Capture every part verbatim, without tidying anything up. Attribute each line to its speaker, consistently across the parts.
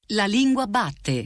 Speaker 1: La lingua batte.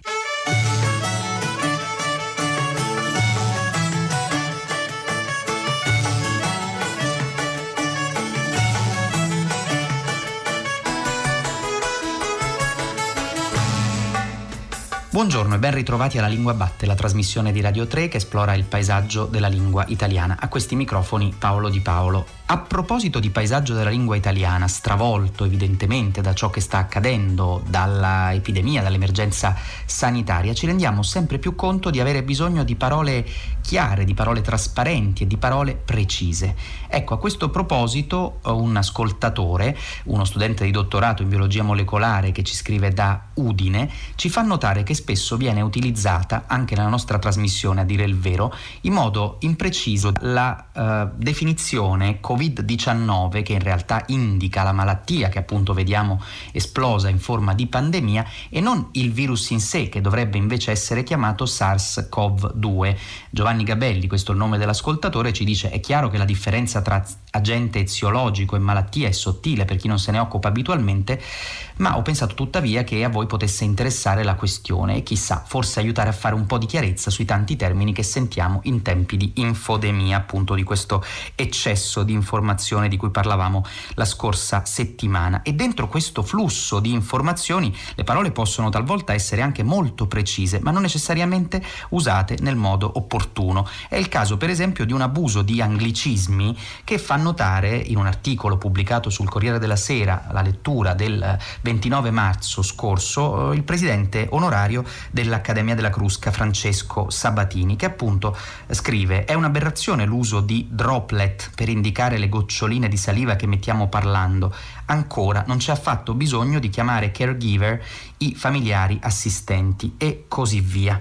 Speaker 2: Buongiorno e ben ritrovati alla Lingua Batte, la trasmissione di Radio tre che esplora il paesaggio della lingua italiana. A questi microfoni Paolo Di Paolo. A proposito di paesaggio della lingua italiana, stravolto evidentemente da ciò che sta accadendo, dalla epidemia, dall'emergenza sanitaria, ci rendiamo sempre più conto di avere bisogno di parole chiare, di parole trasparenti e di parole precise. Ecco, a questo proposito un ascoltatore, uno studente di dottorato in biologia molecolare che ci scrive da Udine, ci fa notare che spesso viene utilizzata anche nella nostra trasmissione, a dire il vero, in modo impreciso la uh, definizione covid diciannove, che in realtà indica la malattia che appunto vediamo esplosa in forma di pandemia, e non il virus in sé, che dovrebbe invece essere chiamato SARS-CoV due. Giovanni Gabelli, questo è il nome dell'ascoltatore, ci dice: è chiaro che la differenza tra agente eziologico e malattia è sottile per chi non se ne occupa abitualmente, ma ho pensato tuttavia che a voi potesse interessare la questione e chissà, forse aiutare a fare un po' di chiarezza sui tanti termini che sentiamo in tempi di infodemia, appunto di questo eccesso di informazione di cui parlavamo la scorsa settimana. E dentro questo flusso di informazioni le parole possono talvolta essere anche molto precise, ma non necessariamente usate nel modo opportuno. È il caso per esempio di un abuso di anglicismi che fa notare in un articolo pubblicato sul Corriere della Sera, la lettura del ventinove marzo scorso, il presidente onorario dell'Accademia della Crusca, Francesco Sabatini, che appunto scrive: è un'aberrazione l'uso di droplet per indicare le goccioline di saliva che mettiamo parlando. Ancora, non c'è affatto bisogno di chiamare caregiver i familiari assistenti e così via.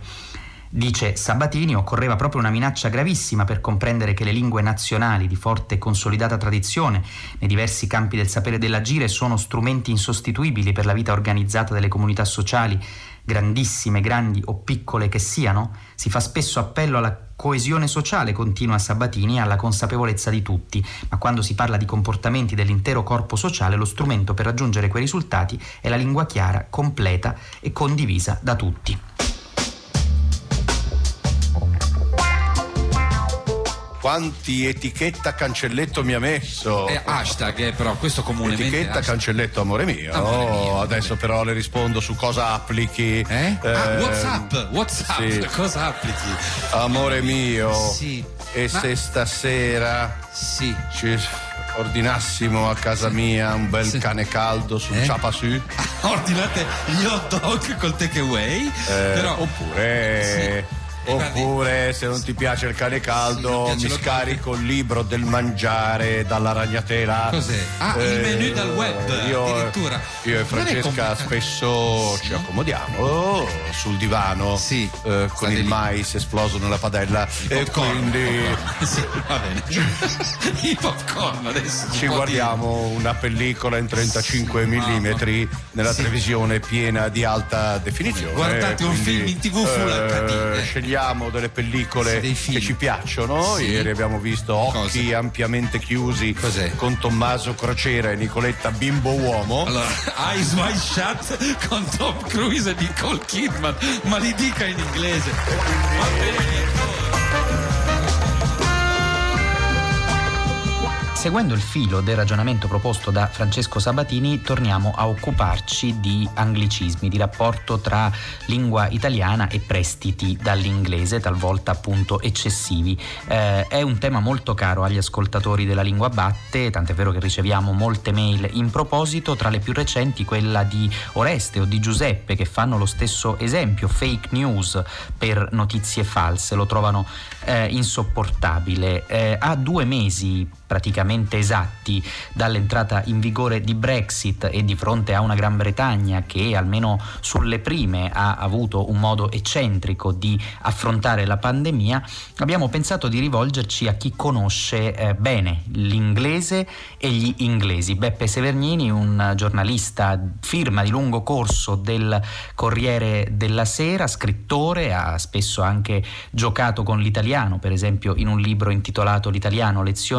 Speaker 2: Dice Sabatini, occorreva proprio una minaccia gravissima per comprendere che le lingue nazionali di forte e consolidata tradizione nei diversi campi del sapere e dell'agire sono strumenti insostituibili per la vita organizzata delle comunità sociali, grandissime, grandi o piccole che siano. Si fa spesso appello alla coesione sociale, continua Sabatini, e alla consapevolezza di tutti, ma quando si parla di comportamenti dell'intero corpo sociale, lo strumento per raggiungere quei risultati è la lingua chiara, completa e condivisa da tutti.
Speaker 3: Quanti etichetta cancelletto mi ha messo?
Speaker 4: È hashtag, eh, però questo comunemente
Speaker 3: etichetta
Speaker 4: hashtag.
Speaker 3: Cancelletto amore mio.
Speaker 4: Amore
Speaker 3: oh,
Speaker 4: mio,
Speaker 3: adesso
Speaker 4: amore
Speaker 3: però le rispondo su cosa applichi.
Speaker 4: Eh?
Speaker 3: eh
Speaker 4: ah, WhatsApp, WhatsApp,
Speaker 3: sì.
Speaker 4: Cosa applichi?
Speaker 3: Amore mio.
Speaker 4: Sì.
Speaker 3: E
Speaker 4: Ma...
Speaker 3: se stasera
Speaker 4: sì.
Speaker 3: ci ordinassimo a casa sì. mia un bel sì. cane caldo sul
Speaker 4: eh?
Speaker 3: Chapa Su?
Speaker 4: Ordinate gli hot dog col takeaway?
Speaker 3: Eh,
Speaker 4: però...
Speaker 3: Oppure...
Speaker 4: Sì.
Speaker 3: Oppure, se non ti piace il cane caldo,
Speaker 4: sì,
Speaker 3: mi scarico il libro del mangiare dalla ragnatela.
Speaker 4: Cos'è? Ah, eh, il menù dal web,
Speaker 3: io,
Speaker 4: addirittura.
Speaker 3: Io e Francesca spesso sì. ci accomodiamo oh, sul divano
Speaker 4: sì.
Speaker 3: eh, con il mais esploso nella padella.
Speaker 4: Il
Speaker 3: e
Speaker 4: popcorn,
Speaker 3: quindi
Speaker 4: popcorn. Sì, va bene. Il popcorn adesso.
Speaker 3: Ci guardiamo dire. Una pellicola in trentacinque millimetri nella sì. televisione piena di alta definizione.
Speaker 4: Guardate un film in tv full
Speaker 3: eh, H D. Scegliamo delle pellicole che ci piacciono.
Speaker 4: Sì.
Speaker 3: Ieri abbiamo visto Occhi Cosa? ampiamente chiusi.
Speaker 4: Cos'è?
Speaker 3: Con Tommaso Crociera e Nicoletta Bimbo Uomo.
Speaker 4: Allora, Eyes Wide Shut con Tom Cruise e Nicole Kidman, ma li dica in inglese. Va bene.
Speaker 2: Seguendo il filo del ragionamento proposto da Francesco Sabatini, torniamo a occuparci di anglicismi, di rapporto tra lingua italiana e prestiti dall'inglese, talvolta appunto eccessivi. Eh, è un tema molto caro agli ascoltatori della Lingua Batte, tant'è vero che riceviamo molte mail in proposito, tra le più recenti quella di Oreste o di Giuseppe, che fanno lo stesso esempio: fake news per notizie false, lo trovano eh, insopportabile. Eh, ha due mesi praticamente esatti dall'entrata in vigore di Brexit e di fronte a una Gran Bretagna che almeno sulle prime ha avuto un modo eccentrico di affrontare la pandemia, abbiamo pensato di rivolgerci a chi conosce eh, bene l'inglese e gli inglesi. Beppe Severnini, un giornalista firma di lungo corso del Corriere della Sera, scrittore, ha spesso anche giocato con l'italiano, per esempio in un libro intitolato L'italiano, lezioni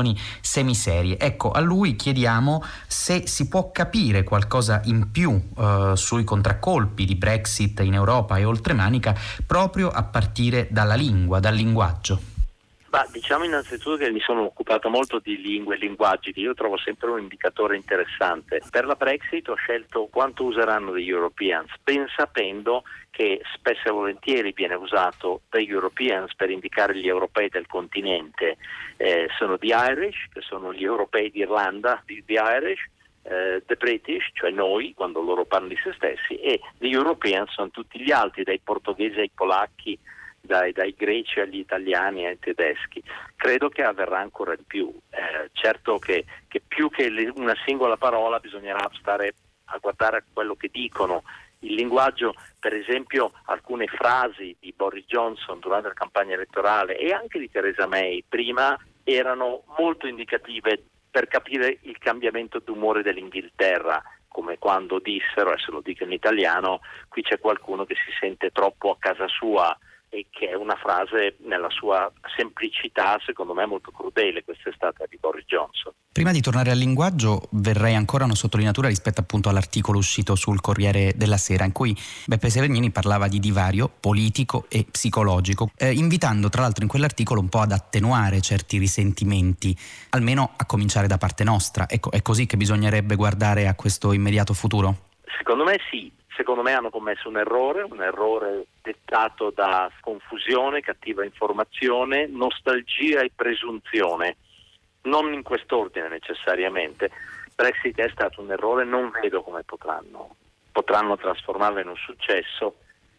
Speaker 2: semiserie. Ecco, a lui chiediamo se si può capire qualcosa in più eh, sui contraccolpi di Brexit in Europa e oltremanica proprio a partire dalla lingua, dal linguaggio.
Speaker 1: Ma diciamo innanzitutto che mi sono occupato molto di lingue e linguaggi, che io trovo sempre un indicatore interessante. Per la Brexit ho scelto quanto useranno gli Europeans, ben sapendo che spesso e volentieri viene usato dagli Europeans per indicare gli europei del continente. Eh, sono the Irish, che sono gli europei d'Irlanda, the, the Irish, eh, the British, cioè noi, quando loro parlano di se stessi, e the Europeans sono tutti gli altri, dai portoghesi ai polacchi, Dai, dai greci agli italiani ai tedeschi. Credo che avverrà ancora di più. Eh, certo che, che più che le, una singola parola bisognerà stare a guardare a quello che dicono. Il linguaggio, per esempio, alcune frasi di Boris Johnson durante la campagna elettorale e anche di Theresa May prima erano molto indicative per capire il cambiamento d'umore dell'Inghilterra, come quando dissero, adesso lo dico in italiano, qui c'è qualcuno che si sente troppo a casa sua, e che è una frase nella sua semplicità secondo me molto crudele. Questa è stata di Boris Johnson.
Speaker 2: Prima di tornare al linguaggio verrei ancora a una sottolineatura rispetto appunto all'articolo uscito sul Corriere della Sera in cui Beppe Severgnini parlava di divario politico e psicologico, eh, invitando tra l'altro in quell'articolo un po' ad attenuare certi risentimenti, almeno a cominciare da parte nostra. Ecco, è così che bisognerebbe guardare a questo immediato futuro?
Speaker 1: Secondo me sì. Secondo me hanno commesso un errore, un errore dettato da confusione, cattiva informazione, nostalgia e presunzione, non in quest'ordine necessariamente. Brexit è stato un errore, non vedo come potranno, potranno trasformarlo in un successo,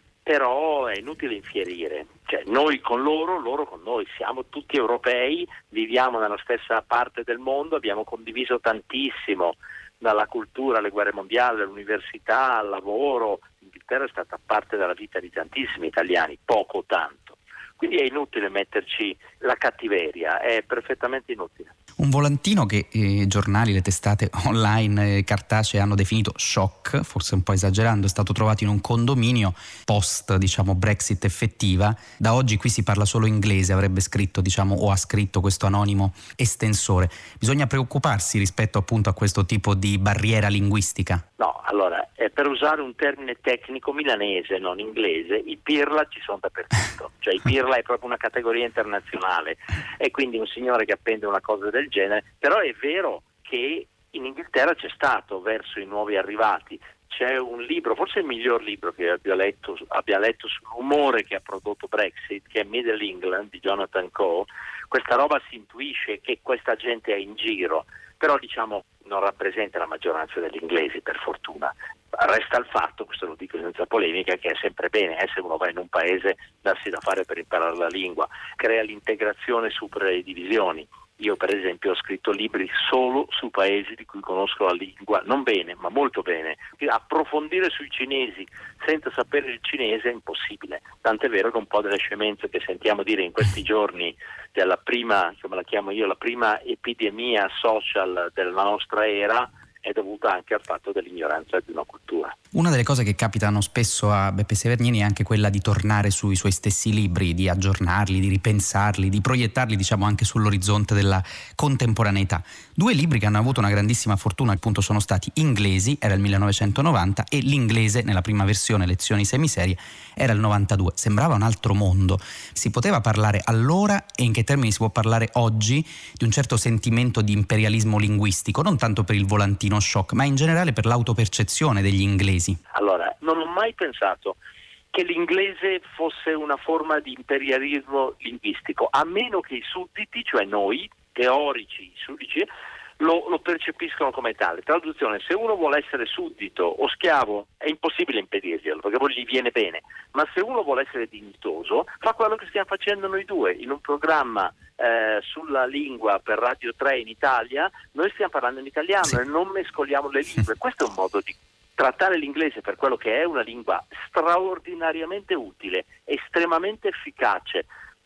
Speaker 1: però è inutile infierire, cioè noi con loro, loro con noi, siamo tutti europei, viviamo nella stessa parte del mondo, abbiamo condiviso tantissimo, dalla cultura alle guerre mondiali, all'università, al lavoro. L'Inghilterra è stata parte della vita di tantissimi italiani, poco o tanto. Quindi è inutile metterci la cattiveria, è perfettamente inutile.
Speaker 2: Un volantino che i eh, giornali, le testate online eh, cartacee hanno definito shock, forse un po' esagerando, è stato trovato in un condominio post, diciamo, Brexit effettiva. Da oggi qui si parla solo inglese, avrebbe scritto, diciamo, o ha scritto questo anonimo estensore. Bisogna preoccuparsi rispetto appunto a questo tipo di barriera linguistica?
Speaker 1: No, allora, eh, per usare un termine tecnico milanese, non inglese, i pirla ci sono dappertutto. Cioè i pirla è proprio una categoria internazionale e quindi un signore che appende una cosa del genere, però è vero che in Inghilterra c'è stato verso i nuovi arrivati, c'è un libro, forse il miglior libro che abbia letto, abbia letto sull'umore che ha prodotto Brexit, che è Middle England di Jonathan Coe. Questa roba si intuisce che questa gente è in giro, però diciamo non rappresenta la maggioranza degli inglesi, per fortuna. Resta il fatto, questo lo dico senza polemica, che è sempre bene eh, se uno va in un paese darsi da fare per imparare la lingua, crea l'integrazione, supera le divisioni. Io per esempio ho scritto libri solo su paesi di cui conosco la lingua, non bene, ma molto bene. Approfondire sui cinesi senza sapere il cinese è impossibile, tant'è vero che un po' delle scemenze che sentiamo dire in questi giorni della prima, come la chiamo io, la prima epidemia social della nostra era, è dovuta anche al fatto dell'ignoranza di una cultura.
Speaker 2: Una delle cose che capitano spesso a Beppe Severgnini è anche quella di tornare sui suoi stessi libri, di aggiornarli, di ripensarli, di proiettarli, diciamo, anche sull'orizzonte della contemporaneità. Due libri che hanno avuto una grandissima fortuna appunto sono stati Inglesi, era il millenovecentonovanta, e L'Inglese nella prima versione, lezioni semiserie, era il novantadue. Sembrava un altro mondo. Si poteva parlare allora, e in che termini si può parlare oggi, di un certo sentimento di imperialismo linguistico, non tanto per il volantino shock, ma in generale per l'autopercezione degli inglesi?
Speaker 1: Allora, non ho mai pensato che l'inglese fosse una forma di imperialismo linguistico, a meno che i sudditi, cioè noi, teorici, sudici, lo, lo percepiscono come tale. Traduzione: se uno vuole essere suddito o schiavo è impossibile impedirglielo, perché poi gli viene bene, ma se uno vuole essere dignitoso fa quello che stiamo facendo noi due in un programma eh, sulla lingua per Radio tre in Italia. Noi stiamo parlando in italiano sì. E non mescoliamo le lingue. Questo è un modo di trattare l'inglese per quello che è, una lingua straordinariamente utile, estremamente efficace,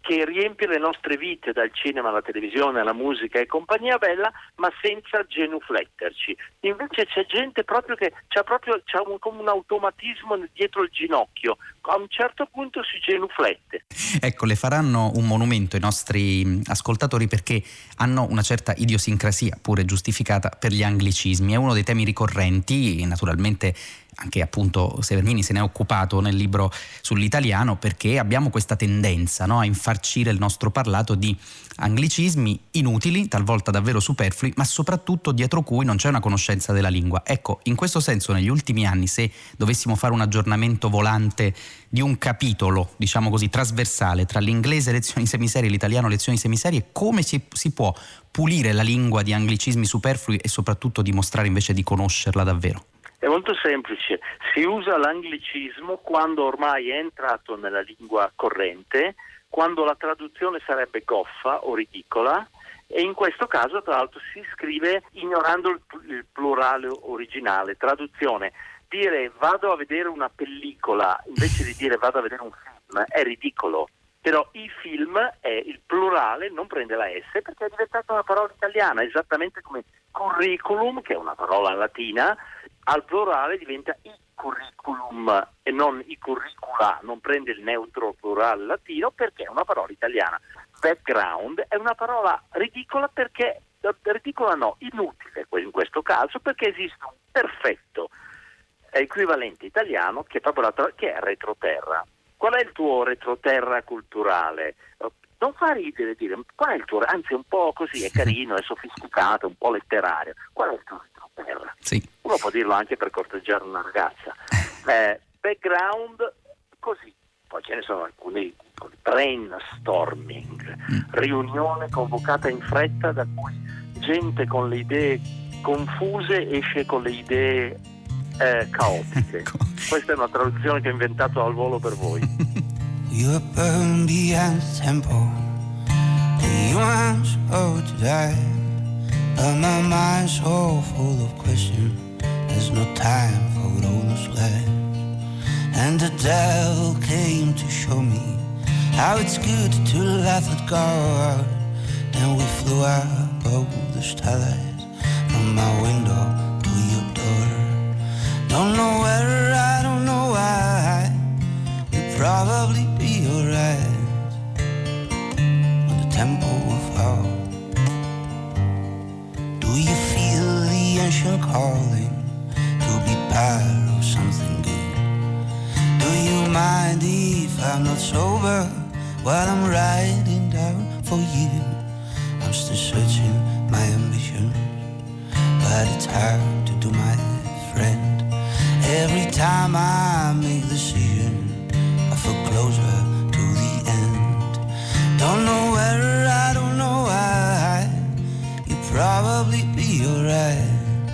Speaker 1: che riempie le nostre vite, dal cinema alla televisione alla musica e compagnia bella, ma senza genufletterci. Invece c'è gente proprio che c'ha proprio c'ha un, come un automatismo dietro il ginocchio, a un certo punto si genuflette.
Speaker 2: Ecco, le faranno un monumento i nostri ascoltatori perché hanno una certa idiosincrasia, pure giustificata, per gli anglicismi. È uno dei temi ricorrenti, naturalmente anche appunto Severnini se ne è occupato nel libro sull'italiano, perché abbiamo questa tendenza, no, a infarcire il nostro parlato di anglicismi inutili, talvolta davvero superflui, ma soprattutto dietro cui non c'è una conoscenza della lingua. Ecco, in questo senso negli ultimi anni, se dovessimo fare un aggiornamento volante di un capitolo, diciamo così, trasversale tra l'inglese lezioni semiserie e l'italiano lezioni semiserie, come si, si può pulire la lingua di anglicismi superflui e soprattutto dimostrare invece di conoscerla davvero?
Speaker 1: È molto semplice, si usa l'anglicismo quando ormai è entrato nella lingua corrente, quando la traduzione sarebbe goffa o ridicola, e in questo caso tra l'altro si scrive ignorando il, il plurale originale. Traduzione: dire vado a vedere una pellicola invece di dire vado a vedere un film è ridicolo, però i film è il plurale, non prende la S perché è diventata una parola italiana, esattamente come curriculum, che è una parola latina, al plurale diventa i curriculum e non i curricula, non prende il neutro plurale latino perché è una parola italiana. Background è una parola ridicola perché, ridicola no, inutile in questo caso, perché esiste un perfetto equivalente italiano che è proprio la, che è retroterra. Qual è il tuo retroterra culturale? Non fa ridere dire, qual è il tuo, anzi un po' così, è carino, è sofisticato, un po' letterario. Qual è il tuo retroterra?
Speaker 2: Sì.
Speaker 1: Uno può dirlo anche per corteggiare una ragazza. Eh, background, così. Poi ce ne sono alcuni, brainstorming, riunione convocata in fretta da cui gente con le idee confuse esce con le idee eh, caotiche. Questa è una traduzione che ho inventato al volo per voi.
Speaker 5: You were burned beyond the temple. You once owed to die. But my mind's so full of questions. There's no time for all those lies. And the devil came to show me how it's good to laugh at God. Then we flew out above the starlight from my window to your door. Don't know where, I don't know why. You'll probably be alright when the temple will fall. Do you feel the ancient calling to be part of something good? Do you mind if I'm not sober while I'm writing down for you? I'm still searching my ambition, but it's hard to do, my friend. Every time I make a decision, I feel closer to the end. Don't know where, I don't know why. You'll probably be alright,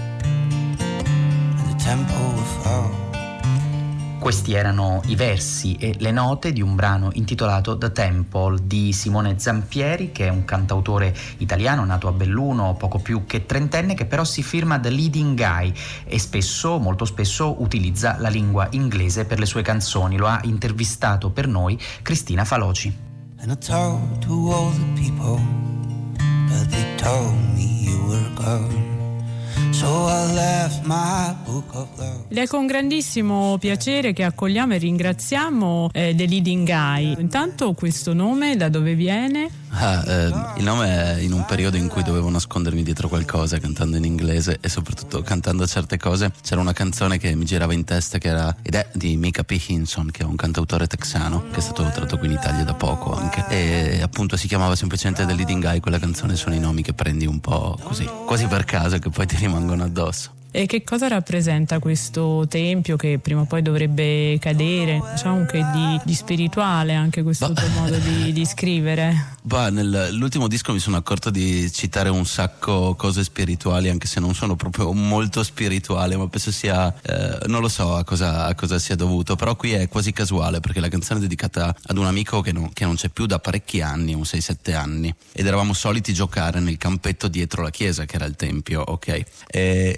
Speaker 5: and the tempo will fall.
Speaker 2: Questi erano i versi e le note di un brano intitolato The Temple di Simone Zampieri, che è un cantautore italiano nato a Belluno, poco più che trentenne, che però si firma The Leading Guy e spesso, molto spesso, utilizza la lingua inglese per le sue canzoni. Lo ha intervistato per noi Cristina Faloci.
Speaker 5: And I talked to all the people, but they told me you were gone. So I left my book of love.
Speaker 6: Ed è con grandissimo piacere che accogliamo e ringraziamo eh, The Leading Guy. Intanto questo nome da dove viene?
Speaker 7: Ah, eh, il nome è in un periodo in cui dovevo nascondermi dietro qualcosa cantando in inglese e soprattutto cantando certe cose. C'era una canzone che mi girava in testa che era ed è di Micah P. Hinson, che è un cantautore texano che è stato tradotto qui in Italia da poco anche, e appunto si chiamava semplicemente The Leading Guy. Quella canzone sono i nomi che prendi un po' così, quasi per caso, che poi ti rimangono addosso.
Speaker 6: E che cosa rappresenta questo tempio che prima o poi dovrebbe cadere? Diciamo un che di, di spirituale anche questo bah. tuo modo di, di scrivere.
Speaker 7: Bah, nell'ultimo disco mi sono accorto di citare un sacco cose spirituali, anche se non sono proprio molto spirituale, ma penso sia, eh, non lo so a cosa, a cosa sia dovuto, però qui è quasi casuale perché la canzone è dedicata ad un amico che non, che non c'è più da parecchi anni, un sei sette anni, ed eravamo soliti giocare nel campetto dietro la chiesa che era il tempio, ok? E, e ci ho messo un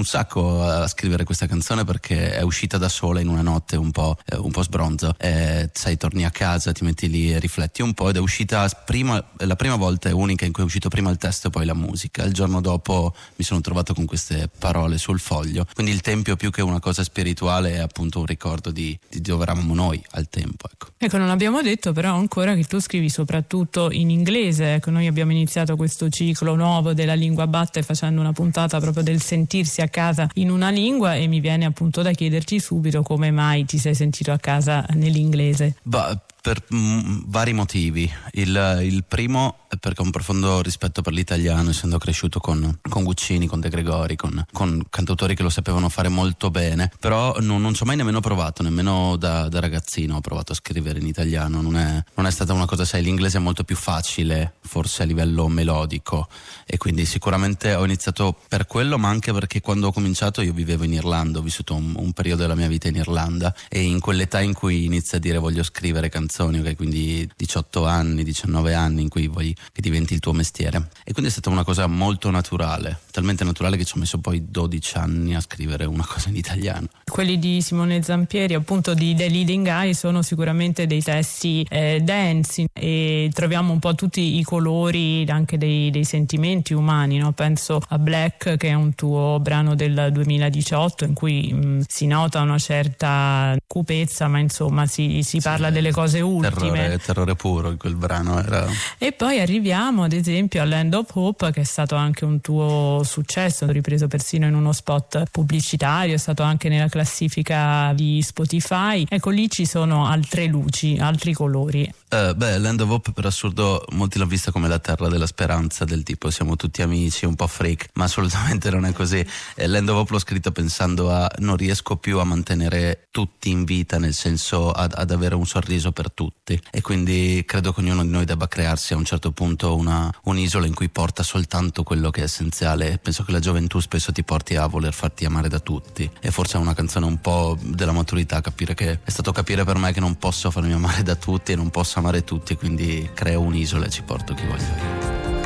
Speaker 7: un sacco a scrivere questa canzone perché è uscita da sola in una notte un po', eh, un po' sbronzo, eh, sai, torni a casa, ti metti lì e rifletti un po', ed è uscita prima, la prima volta è unica in cui è uscito prima il testo e poi la musica. Il giorno dopo mi sono trovato con queste parole sul foglio, quindi il tempio più che una cosa spirituale è appunto un ricordo di, di dove eravamo noi al tempo, ecco.
Speaker 6: Ecco, non abbiamo detto però ancora che tu scrivi soprattutto in inglese. Ecco, noi abbiamo iniziato questo ciclo nuovo della Lingua Batte facendo una puntata proprio del sentirsi a casa in una lingua, e mi viene appunto da chiederci subito come mai ti sei sentito a casa nell'inglese.
Speaker 7: Bah, per m- vari motivi. Il, il primo è perché ho un profondo rispetto per l'italiano, essendo cresciuto con, con Guccini, con De Gregori, con, con cantautori che lo sapevano fare molto bene, però non, non ci ho mai nemmeno provato, nemmeno da, da ragazzino ho provato a scrivere in italiano. Non è, non è stata una cosa, sai, l'inglese è molto più facile, forse a livello melodico, e quindi sicuramente ho iniziato per quello, ma anche perché quando ho cominciato io vivevo in Irlanda, ho vissuto un, un periodo della mia vita in Irlanda, e in quell'età in cui inizi a dire voglio scrivere canzoni, ok, quindi diciotto anni, diciannove anni in cui vuoi che diventi il tuo mestiere, e quindi è stata una cosa molto naturale, talmente naturale che ci ho messo poi dodici anni a scrivere una cosa in italiano.
Speaker 6: Quelli di Simone Zampieri, appunto, di The Leading Guy, sono sicuramente dei testi eh, densi, e troviamo un po' tutti i colori anche dei, dei sentimenti umani, no? Penso a Black, che è un tuo brano del duemiladiciotto in cui mh, si nota una certa cupezza, ma insomma si, si parla sì, delle cose ultime.
Speaker 7: Terrore, terrore puro in quel brano era.
Speaker 6: E poi arriviamo ad esempio a Land of Hope, che è stato anche un tuo successo, ripreso persino in uno spot pubblicitario, è stato anche nella classifica di Spotify. Ecco, lì ci sono altre luci, altri colori.
Speaker 7: Uh, beh, Land of Hope per assurdo molti l'hanno vista come la terra della speranza, del tipo siamo tutti amici, un po' freak, ma assolutamente non è così. eh, Land of Hope l'ho scritto pensando a non riesco più a mantenere tutti in vita, nel senso ad, ad avere un sorriso per tutti, e quindi credo che ognuno di noi debba crearsi a un certo punto una, un'isola in cui porta soltanto quello che è essenziale. Penso che la gioventù spesso ti porti a voler farti amare da tutti, e forse è una canzone un po' della maturità, capire che è stato capire per me che non posso farmi amare da tutti e non posso amare tutti, quindi creo un'isola e ci porto chi voglio io.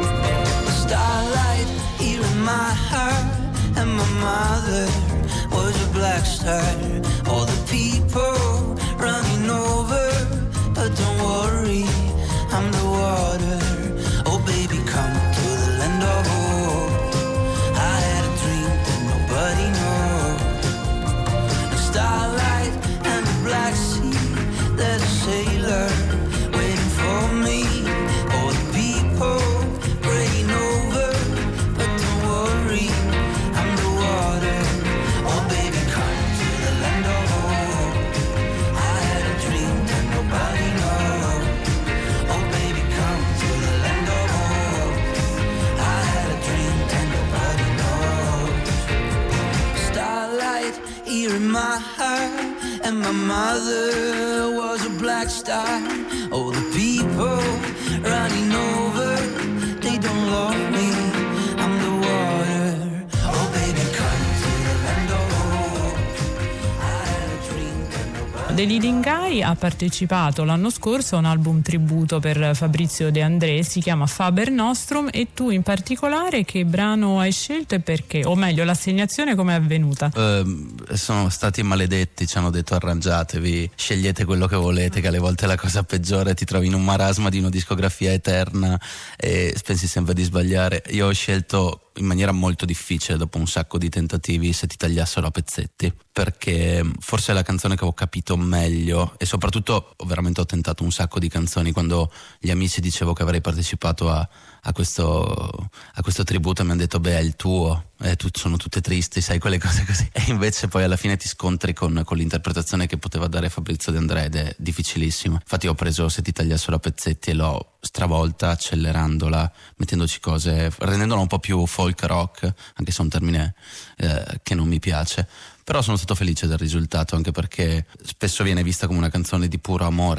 Speaker 5: Starlight here in my heart, and my mother was a black star. All the people running over, but don't worry, I'm the water. Oh baby, come to the land of hope. I had a dream that nobody knows. The starlight and the black sea, there's a sailor waiting for me. All the people praying over, but don't worry, I'm the water. Oh baby, come to the land of hope. I had a dream that nobody knows. Oh baby, come to the land of hope. I had a dream that nobody knows. Starlight here in my heart, and my mother was a black star. Oh, the people running over, they don't love me, I'm the water. Oh baby, come to the land of hope. I had a dream that nobody.
Speaker 6: The Leading Guy ha partecipato l'anno scorso a un album tributo per Fabrizio De André, si chiama Faber Nostrum, e tu in particolare che brano hai scelto e perché? O meglio, l'assegnazione come è avvenuta?
Speaker 7: Uh, sono stati maledetti, ci hanno detto arrangiatevi, scegliete quello che volete, che alle volte è la cosa peggiore, ti trovi in un marasma di una discografia eterna e pensi sempre di sbagliare. Io ho scelto in maniera molto difficile, dopo un sacco di tentativi, Se ti tagliassero a pezzetti, perché forse è la canzone che ho capito meglio, e soprattutto veramente ho tentato un sacco di canzoni. Quando gli amici dicevo che avrei partecipato a, a, questo, a questo tributo mi hanno detto beh è il tuo, eh, tu, sono tutte tristi, sai, quelle cose così, e invece poi alla fine ti scontri con, con l'interpretazione che poteva dare Fabrizio De André, ed è difficilissimo. Infatti ho preso Se ti tagliassero a pezzetti e l'ho stravolta accelerandola, mettendoci cose, rendendola un po' più folk rock, anche se è un termine eh, che non mi piace. Però sono stato felice del risultato, anche perché spesso viene vista come una canzone di puro amore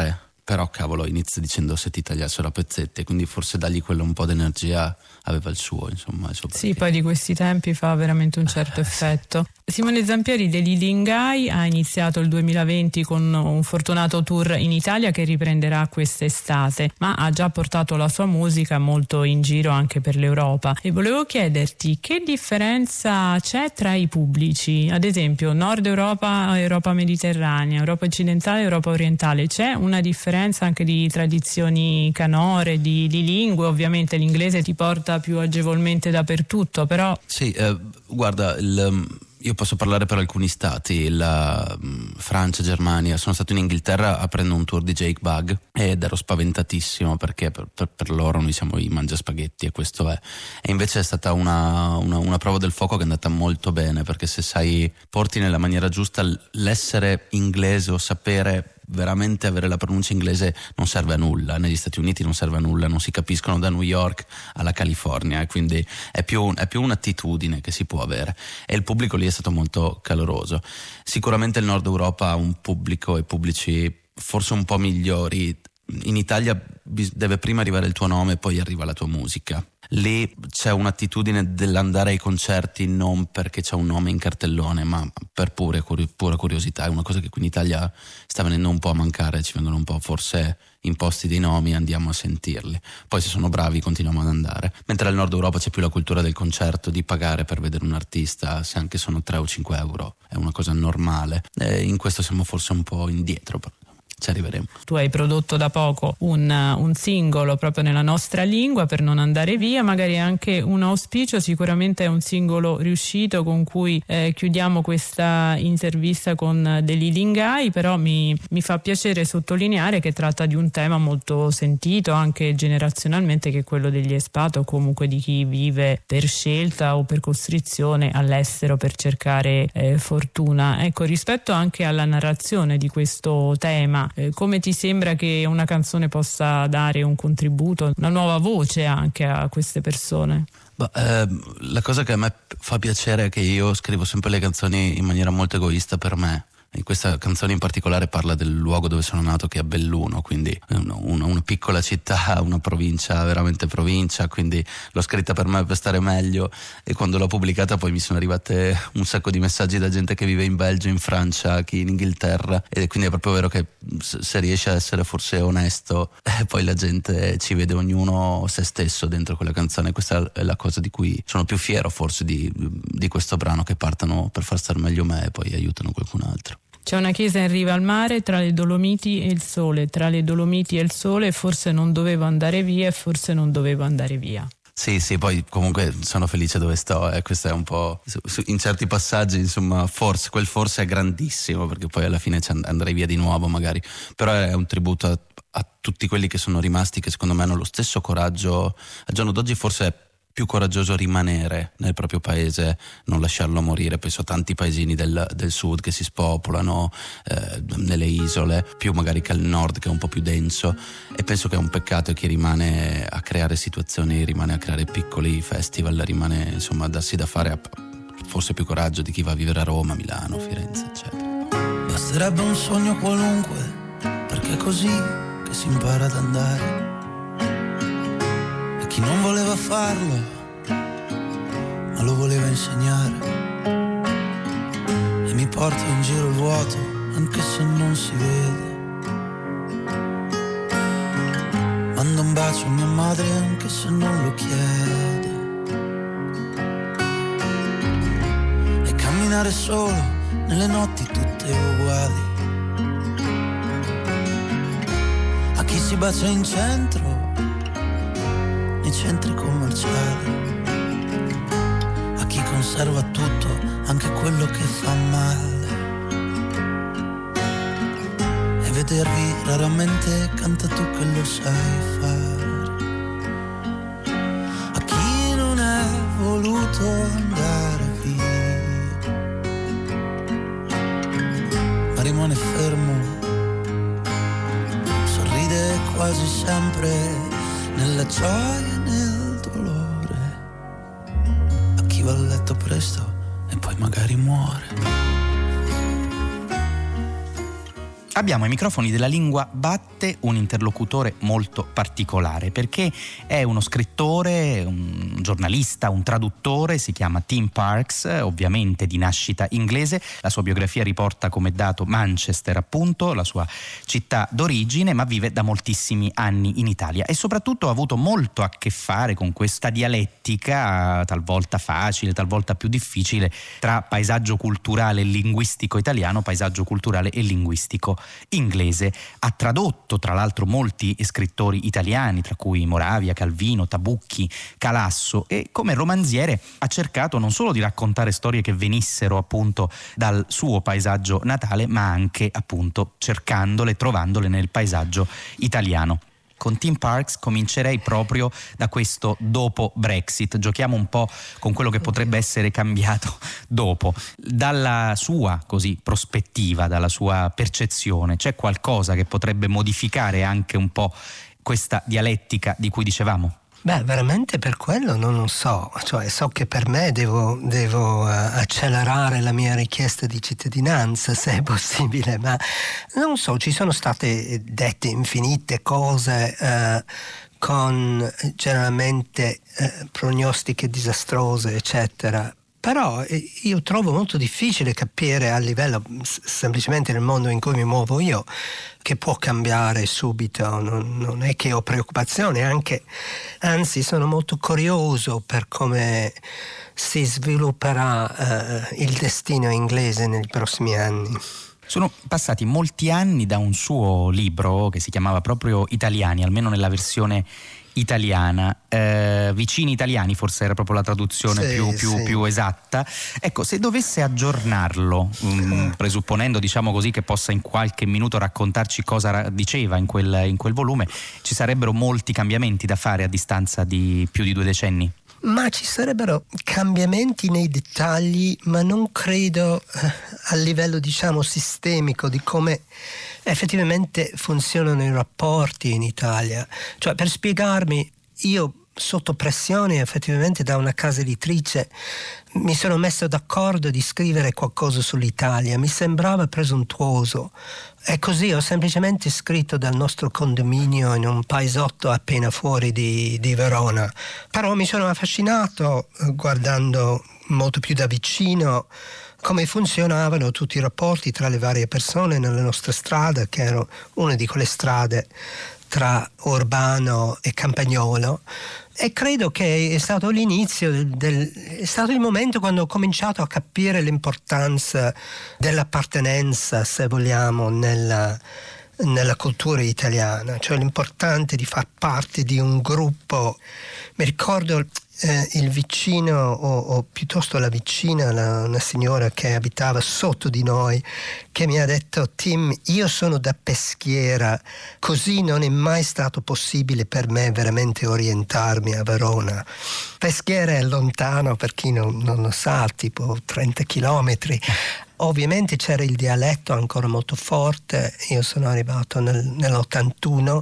Speaker 7: però cavolo inizia dicendo se ti tagliassero a pezzetti, quindi forse dargli quello un po' d'energia aveva il suo, insomma il suo
Speaker 6: sì, poi di questi tempi fa veramente un certo
Speaker 7: eh,
Speaker 6: effetto. Sì. Simone Zampieri dei Leading Guy ha iniziato il duemilaventi con un fortunato tour in Italia che riprenderà quest'estate, ma ha già portato la sua musica molto in giro anche per l'Europa, e volevo chiederti che differenza c'è tra i pubblici, ad esempio Nord Europa, Europa mediterranea, Europa occidentale, Europa orientale. C'è una differenza anche di tradizioni canore, di, di lingue? Ovviamente l'inglese ti porta più agevolmente dappertutto, però
Speaker 7: sì, eh, guarda, il, io posso parlare per alcuni stati, la um, Francia, Germania. Sono stato in Inghilterra aprendo un tour di Jake Bugg ed ero spaventatissimo perché per, per, per loro noi siamo i mangiaspaghetti e questo è, e invece è stata una, una, una prova del fuoco che è andata molto bene, perché se sai porti nella maniera giusta l'essere inglese o sapere veramente avere la pronuncia inglese non serve a nulla. Negli Stati Uniti non serve a nulla, non si capiscono da New York alla California, e quindi è più, è più un'attitudine che si può avere, e il pubblico lì è stato molto caloroso. Sicuramente il Nord Europa ha un pubblico e pubblici forse un po' migliori. In Italia deve prima arrivare il tuo nome, poi arriva la tua musica. Lì c'è un'attitudine dell'andare ai concerti non perché c'è un nome in cartellone, ma per pure, pura curiosità. È una cosa che qui in Italia sta venendo un po' a mancare, ci vengono un po' forse imposti dei nomi, andiamo a sentirli, poi se sono bravi continuiamo ad andare. Mentre al Nord Europa c'è più la cultura del concerto, di pagare per vedere un artista, se anche sono tre o cinque euro, è una cosa normale, e in questo siamo forse un po' indietro, però ci arriveremo.
Speaker 6: Tu hai prodotto da poco un, un singolo proprio nella nostra lingua, Per non andare via, magari anche un auspicio. Sicuramente è un singolo riuscito con cui eh, chiudiamo questa intervista con The Leading Guy, però mi, mi fa piacere sottolineare che tratta di un tema molto sentito anche generazionalmente, che è quello degli expat o comunque di chi vive per scelta o per costrizione all'estero per cercare eh, fortuna. Ecco, rispetto anche alla narrazione di questo tema, Eh, come ti sembra che una canzone possa dare un contributo, una nuova voce anche a queste persone?
Speaker 7: Bah, eh, la cosa che a me fa piacere è che io scrivo sempre le canzoni in maniera molto egoista per me. In questa canzone in particolare parla del luogo dove sono nato, che è Belluno, quindi una, una, una piccola città, una provincia, veramente provincia, quindi l'ho scritta per me per stare meglio, e quando l'ho pubblicata poi mi sono arrivate un sacco di messaggi da gente che vive in Belgio, in Francia, chi in Inghilterra, e quindi è proprio vero che se riesci a essere forse onesto, eh, poi la gente ci vede ognuno se stesso dentro quella canzone. Questa è la cosa di cui sono più fiero forse di, di questo brano, che partano per far star meglio me e poi aiutano qualcun altro.
Speaker 6: C'è una chiesa in riva al mare, tra le Dolomiti e il sole, tra le Dolomiti e il sole, forse non dovevo andare via e forse non dovevo andare via.
Speaker 7: Sì, sì, poi comunque sono felice dove sto, eh. Questo è un po', in certi passaggi, insomma, forse, quel forse è grandissimo, perché poi alla fine andrei via di nuovo magari, però è un tributo a, a tutti quelli che sono rimasti, che secondo me hanno lo stesso coraggio. Al giorno d'oggi forse è più coraggioso rimanere nel proprio paese, non lasciarlo morire. Penso a tanti paesini del, del sud che si spopolano, eh, nelle isole, più magari che al nord, che è un po' più denso, e penso che è un peccato chi rimane a creare situazioni, rimane a creare piccoli festival, rimane insomma a darsi da fare, a forse più coraggio di chi va a vivere a Roma, Milano, Firenze, eccetera.
Speaker 5: Basterebbe un sogno qualunque, perché è così che si impara ad andare. Chi non voleva farlo, ma lo voleva insegnare, e mi porta in giro il vuoto, anche se non si vede. Mando un bacio a mia madre, anche se non lo chiede. E camminare solo nelle notti tutte uguali. A chi si bacia in centro, nei centri commerciali, a chi conserva tutto, anche quello che fa male, e vedervi raramente, canta tu che lo sai fare. A chi non è voluto andare via, ma rimane fermo, sorride quasi sempre nella gioia e nel dolore. A chi va a letto presto e poi magari muore.
Speaker 2: Abbiamo ai microfoni della Lingua Batte un interlocutore molto particolare, perché è uno scrittore, un giornalista, un traduttore, si chiama Tim Parks, ovviamente di nascita inglese. La sua biografia riporta come dato Manchester, appunto, la sua città d'origine, ma vive da moltissimi anni in Italia e soprattutto ha avuto molto a che fare con questa dialettica, talvolta facile, talvolta più difficile, tra paesaggio culturale e linguistico italiano, paesaggio culturale e linguistico inglese. Ha tradotto tra l'altro molti scrittori italiani, tra cui Moravia, Calvino, Tabucchi, Calasso, e come romanziere ha cercato non solo di raccontare storie che venissero appunto dal suo paesaggio natale, ma anche appunto cercandole, trovandole nel paesaggio italiano. Con Tim Parks comincerei proprio da questo dopo Brexit. Giochiamo un po' con quello che potrebbe essere cambiato dopo. Dalla sua così prospettiva, dalla sua percezione, c'è qualcosa che potrebbe modificare anche un po' questa dialettica di cui dicevamo?
Speaker 8: Beh, veramente per quello non lo so, cioè so che per me devo, devo uh, accelerare la mia richiesta di cittadinanza, se è possibile, ma non so, ci sono state dette infinite cose uh, con generalmente uh, prognostiche disastrose, eccetera. Però io trovo molto difficile capire a livello semplicemente nel mondo in cui mi muovo io che può cambiare subito. Non, non è che ho preoccupazioni, anche anzi sono molto curioso per come si svilupperà eh, il destino inglese nei prossimi anni.
Speaker 2: Sono passati molti anni da un suo libro che si chiamava proprio Italiani, almeno nella versione italiana, eh, Vicini italiani forse era proprio la traduzione sì, più, più,
Speaker 8: sì.
Speaker 2: più esatta. Ecco, se dovesse aggiornarlo, um, presupponendo diciamo così che possa in qualche minuto raccontarci cosa ra- diceva in quel, in quel volume, ci sarebbero molti cambiamenti da fare a distanza di più di due decenni?
Speaker 8: Ma ci sarebbero cambiamenti nei dettagli, ma non credo eh, a livello diciamo sistemico di come effettivamente funzionano i rapporti in Italia. Cioè, per spiegarmi, io sotto pressione effettivamente da una casa editrice mi sono messo d'accordo di scrivere qualcosa sull'Italia, mi sembrava presuntuoso e così ho semplicemente scritto dal nostro condominio in un paesotto appena fuori di, di Verona. Però mi sono affascinato guardando molto più da vicino come funzionavano tutti i rapporti tra le varie persone nella nostra strada, che era una di quelle strade tra urbano e campagnolo, e credo che è stato l'inizio del, del è stato il momento quando ho cominciato a capire l'importanza dell'appartenenza, se vogliamo, nella nella cultura italiana, cioè l'importante di far parte di un gruppo. Mi ricordo eh, il vicino o, o piuttosto la vicina, la, una signora che abitava sotto di noi, che mi ha detto: Tim, io sono da Peschiera, così non è mai stato possibile per me veramente orientarmi a Verona. Peschiera è lontano, per chi non, non lo sa, tipo trenta chilometri. Ovviamente c'era il dialetto ancora molto forte, io sono arrivato nel, nell'ottantuno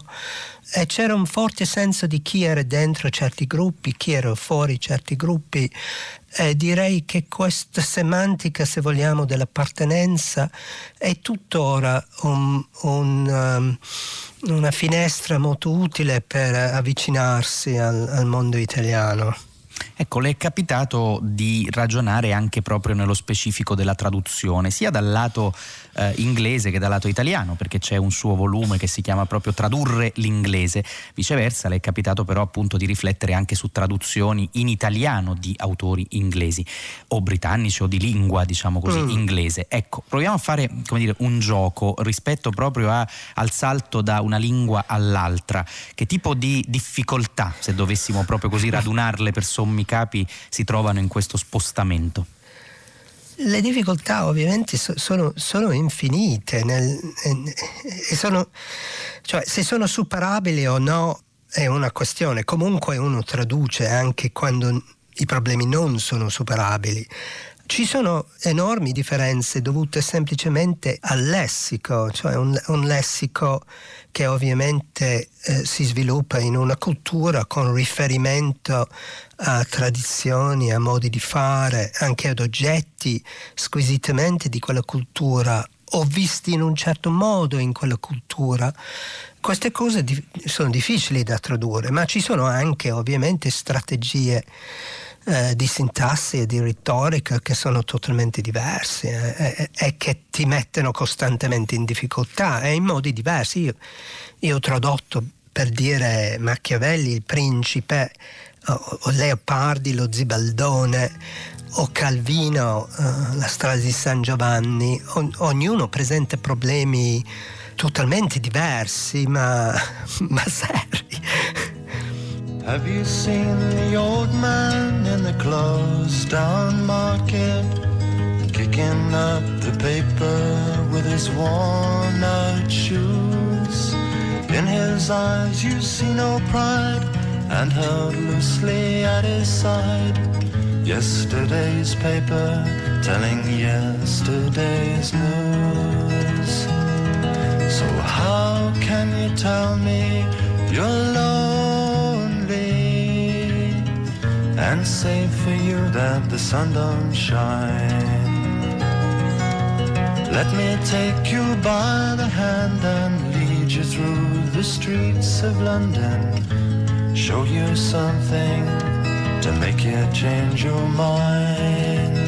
Speaker 8: e c'era un forte senso di chi era dentro certi gruppi, chi era fuori certi gruppi, e direi che questa semantica, se vogliamo, dell'appartenenza è tuttora un, un, um, una finestra molto utile per avvicinarsi al, al mondo italiano.
Speaker 2: Ecco, le è capitato di ragionare anche proprio nello specifico della traduzione, sia dal lato eh, inglese che dal lato italiano, perché c'è un suo volume che si chiama proprio Tradurre l'inglese. Viceversa, le è capitato però appunto di riflettere anche su traduzioni in italiano di autori inglesi o britannici o di lingua, diciamo così, mm. inglese. Ecco, proviamo a fare, come dire, un gioco rispetto proprio a, al salto da una lingua all'altra. Che tipo di difficoltà, se dovessimo proprio così radunarle per sommi capi, si trovano in questo spostamento?
Speaker 8: Le difficoltà ovviamente sono, sono infinite nel, e sono, cioè, se sono superabili o no è una questione. Comunque uno traduce anche quando i problemi non sono superabili. Ci sono enormi differenze dovute semplicemente al lessico, cioè un, un lessico che ovviamente eh, si sviluppa in una cultura con riferimento a tradizioni, a modi di fare, anche ad oggetti squisitamente di quella cultura o visti in un certo modo in quella cultura. Queste cose di, sono difficili da tradurre, ma ci sono anche ovviamente strategie eh, di sintassi e di retorica che sono totalmente diverse eh, e, e che ti mettono costantemente in difficoltà e in modi diversi. Io, io ho tradotto, per dire, Machiavelli, il principe, o, o Leopardi, lo Zibaldone, o Calvino, uh, la strada di San Giovanni. O, ognuno presenta problemi totalmente diversi, ma, ma seri.
Speaker 9: Have you seen the old man in the closed down market, kicking up the paper with his worn out shoes? In his eyes you see no pride, and held loosely at his side yesterday's paper telling yesterday's news. So how can you tell me you're lonely and say for you that the sun don't shine? Let me take you by the hand and lead you through the streets of London, show you something to make you change your mind.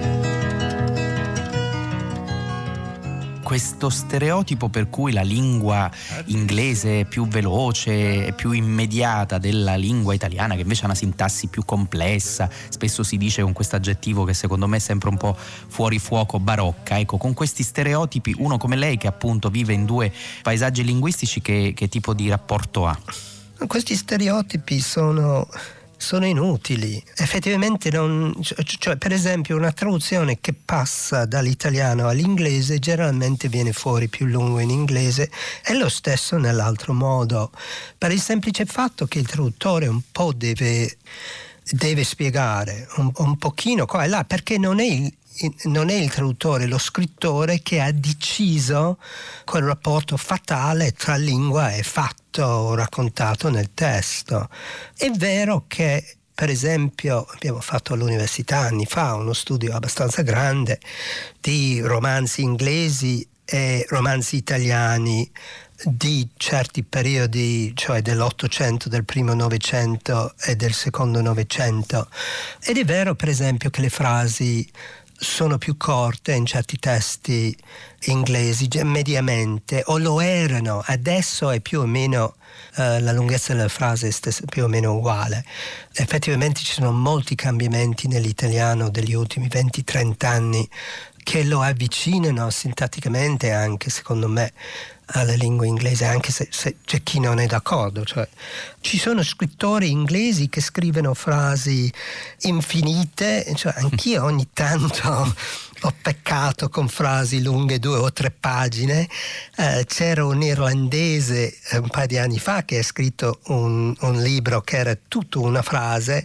Speaker 2: Questo stereotipo per cui la lingua inglese è più veloce e più immediata della lingua italiana, che invece ha una sintassi più complessa, spesso si dice con questo aggettivo che secondo me è sempre un po' fuori fuoco, barocca. Ecco, con questi stereotipi uno come lei, che appunto vive in due paesaggi linguistici, che, che tipo di rapporto ha?
Speaker 8: Questi stereotipi sono... sono inutili, effettivamente non, cioè per esempio una traduzione che passa dall'italiano all'inglese generalmente viene fuori più lungo in inglese e lo stesso nell'altro modo, per il semplice fatto che il traduttore un po' deve, deve spiegare un, un pochino qua e là, perché non è il non è il traduttore, lo scrittore che ha deciso quel rapporto fatale tra lingua e fatto raccontato nel testo. È vero che, per esempio, abbiamo fatto all'università anni fa uno studio abbastanza grande di romanzi inglesi e romanzi italiani di certi periodi, cioè dell'Ottocento, del primo Novecento e del secondo Novecento. Ed è vero, per esempio, che le frasi sono più corte in certi testi inglesi, mediamente, o lo erano. Adesso è più o meno eh, la lunghezza della frase è stessa, più o meno uguale. Effettivamente ci sono molti cambiamenti nell'italiano degli ultimi venti trenta anni che lo avvicinano sintatticamente anche, secondo me, alla lingua inglese, anche se, se c'è chi non è d'accordo. Cioè, ci sono scrittori inglesi che scrivono frasi infinite, cioè, anch'io ogni tanto ho peccato con frasi lunghe due o tre pagine. Eh, c'era un irlandese eh, un paio di anni fa che ha scritto un, un libro che era tutta una frase.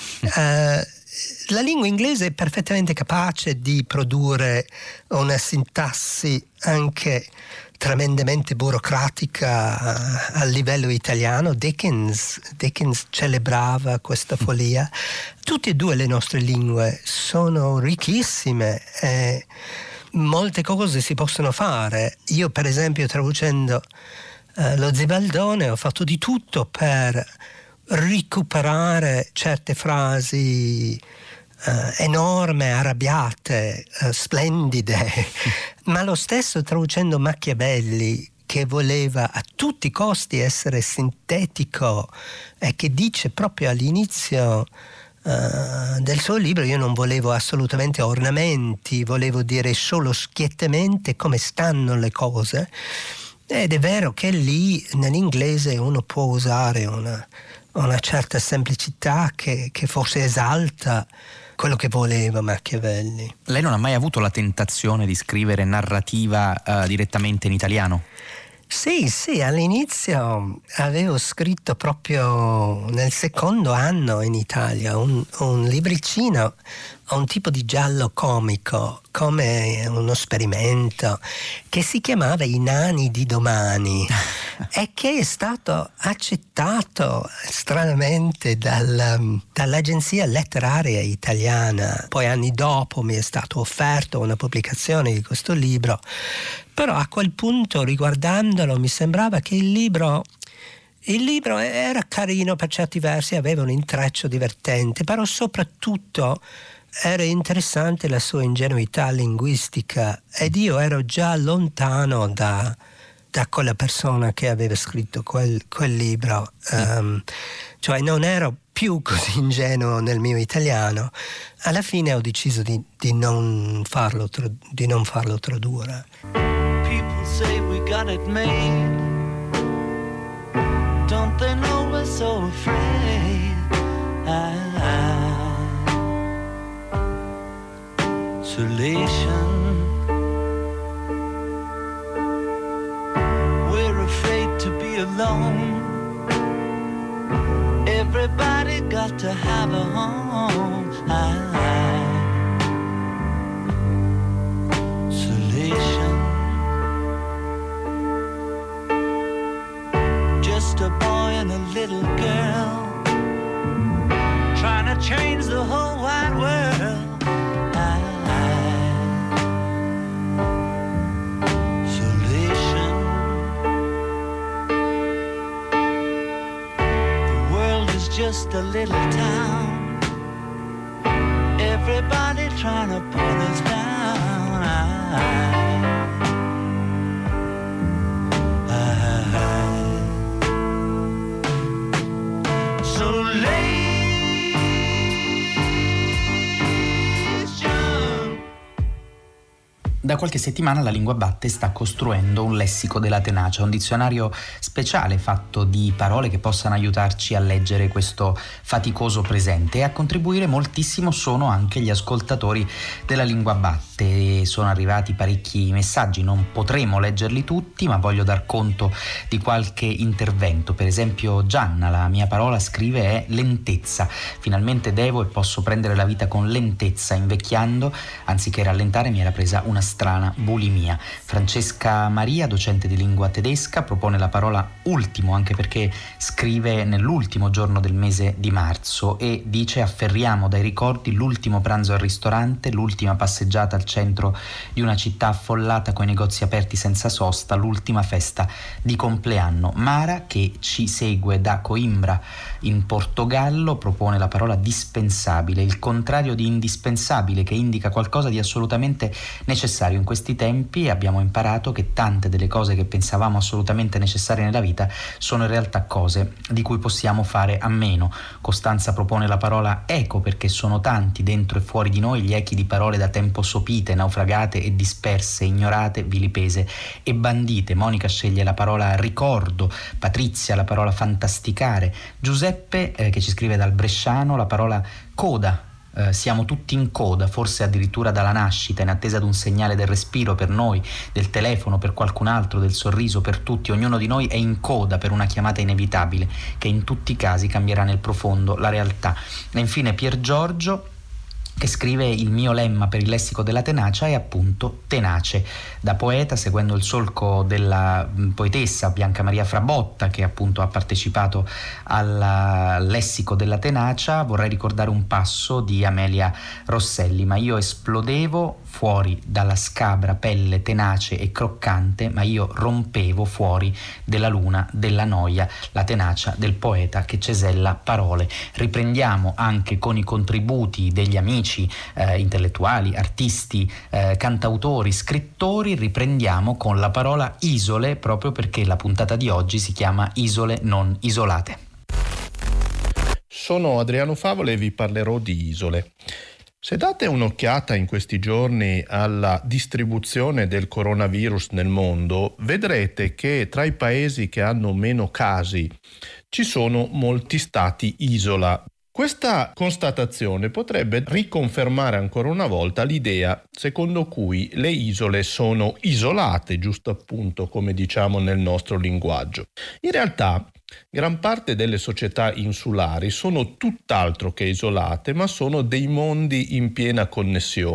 Speaker 8: Eh, la lingua inglese è perfettamente capace di produrre una sintassi anche tremendamente burocratica a livello italiano. Dickens, Dickens celebrava questa follia. Tutte e due le nostre lingue sono ricchissime e molte cose si possono fare. Io, per esempio, traducendo eh, lo Zibaldone, ho fatto di tutto per recuperare certe frasi Uh, enorme, arrabbiate, uh, splendide, ma lo stesso traducendo Machiavelli, che voleva a tutti i costi essere sintetico e che dice proprio all'inizio uh, del suo libro: io non volevo assolutamente ornamenti, volevo dire solo schiettamente come stanno le cose. Ed è vero che lì nell'inglese uno può usare una, una certa semplicità che, che forse esalta quello che voleva Machiavelli.
Speaker 2: Lei non ha mai avuto la tentazione di scrivere narrativa uh, direttamente in italiano?
Speaker 8: Sì, sì, all'inizio avevo scritto proprio nel secondo anno in Italia un, un libricino, un tipo di giallo comico, come uno esperimento, che si chiamava I nani di domani. e che è stato accettato stranamente dal, dall'agenzia letteraria italiana. Poi anni dopo mi è stato offerto una pubblicazione di questo libro, però a quel punto, riguardandolo, mi sembrava che il libro il libro era carino per certi versi, aveva un intreccio divertente, però soprattutto era interessante la sua ingenuità linguistica, ed io ero già lontano da, da quella persona che aveva scritto quel, quel libro, um, cioè non ero più così ingenuo nel mio italiano. Alla fine ho deciso di, di, non, farlo, di non farlo tradurre.
Speaker 9: People say we got it made. Don't they know we're so afraid? Ah, isolation. We're afraid to be alone. Everybody got to have a home. Ah, isolation. Just a boy and a little girl trying to change the whole wide world. Isolation. The world is just a little town. Everybody trying to pull us down. I,
Speaker 2: Da qualche settimana la Lingua Batte sta costruendo un lessico della tenacia, un dizionario speciale fatto di parole che possano aiutarci a leggere questo faticoso presente, e a contribuire moltissimo sono anche gli ascoltatori della Lingua Batte. Sono arrivati parecchi messaggi, non potremo leggerli tutti, ma voglio dar conto di qualche intervento. Per esempio Gianna, la mia parola, scrive, è lentezza. Finalmente devo e posso prendere la vita con lentezza, invecchiando anziché rallentare mi era presa una strana bulimia. Francesca Maria, docente di lingua tedesca, propone la parola ultimo, anche perché scrive nell'ultimo giorno del mese di marzo e dice: afferriamo dai ricordi l'ultimo pranzo al ristorante, l'ultima passeggiata al centro di una città affollata coi negozi aperti senza sosta, l'ultima festa di compleanno. Mara, che ci segue da Coimbra in Portogallo, propone la parola dispensabile, il contrario di indispensabile, che indica qualcosa di assolutamente necessario. In questi tempi abbiamo imparato che tante delle cose che pensavamo assolutamente necessarie nella vita sono in realtà cose di cui possiamo fare a meno. Costanza propone la parola eco, perché sono tanti dentro e fuori di noi gli echi di parole da tempo sopite, naufragate e disperse, ignorate, vilipese e bandite. Monica sceglie la parola ricordo, Patrizia la parola fantasticare, Giuseppe eh, che ci scrive dal bresciano la parola coda. Eh, siamo tutti in coda, forse addirittura dalla nascita, in attesa di un segnale del respiro per noi, del telefono per qualcun altro, del sorriso per tutti. Ognuno di noi è in coda per una chiamata inevitabile che in tutti i casi cambierà nel profondo la realtà. E infine Pier Giorgio, che scrive: il mio lemma per il lessico della tenacia è appunto tenace. Da poeta, seguendo il solco della poetessa Bianca Maria Frabotta, che appunto ha partecipato al lessico della tenacia, vorrei ricordare un passo di Amelia Rosselli: ma io esplodevo fuori dalla scabra pelle tenace e croccante, ma io rompevo fuori della luna della noia, la tenacia del poeta che cesella parole. Riprendiamo anche con i contributi degli amici eh, intellettuali, artisti, eh, cantautori, scrittori. Riprendiamo con la parola isole, proprio perché la puntata di oggi si chiama Isole non isolate.
Speaker 10: Sono Adriano Favola e vi parlerò di isole. Se date un'occhiata in questi giorni alla distribuzione del coronavirus nel mondo, vedrete che tra i paesi che hanno meno casi ci sono molti stati isola. Questa constatazione potrebbe riconfermare ancora una volta l'idea secondo cui le isole sono isolate, giusto appunto come diciamo nel nostro linguaggio. In realtà, gran parte delle società insulari sono tutt'altro che isolate, ma sono dei mondi in piena connessione.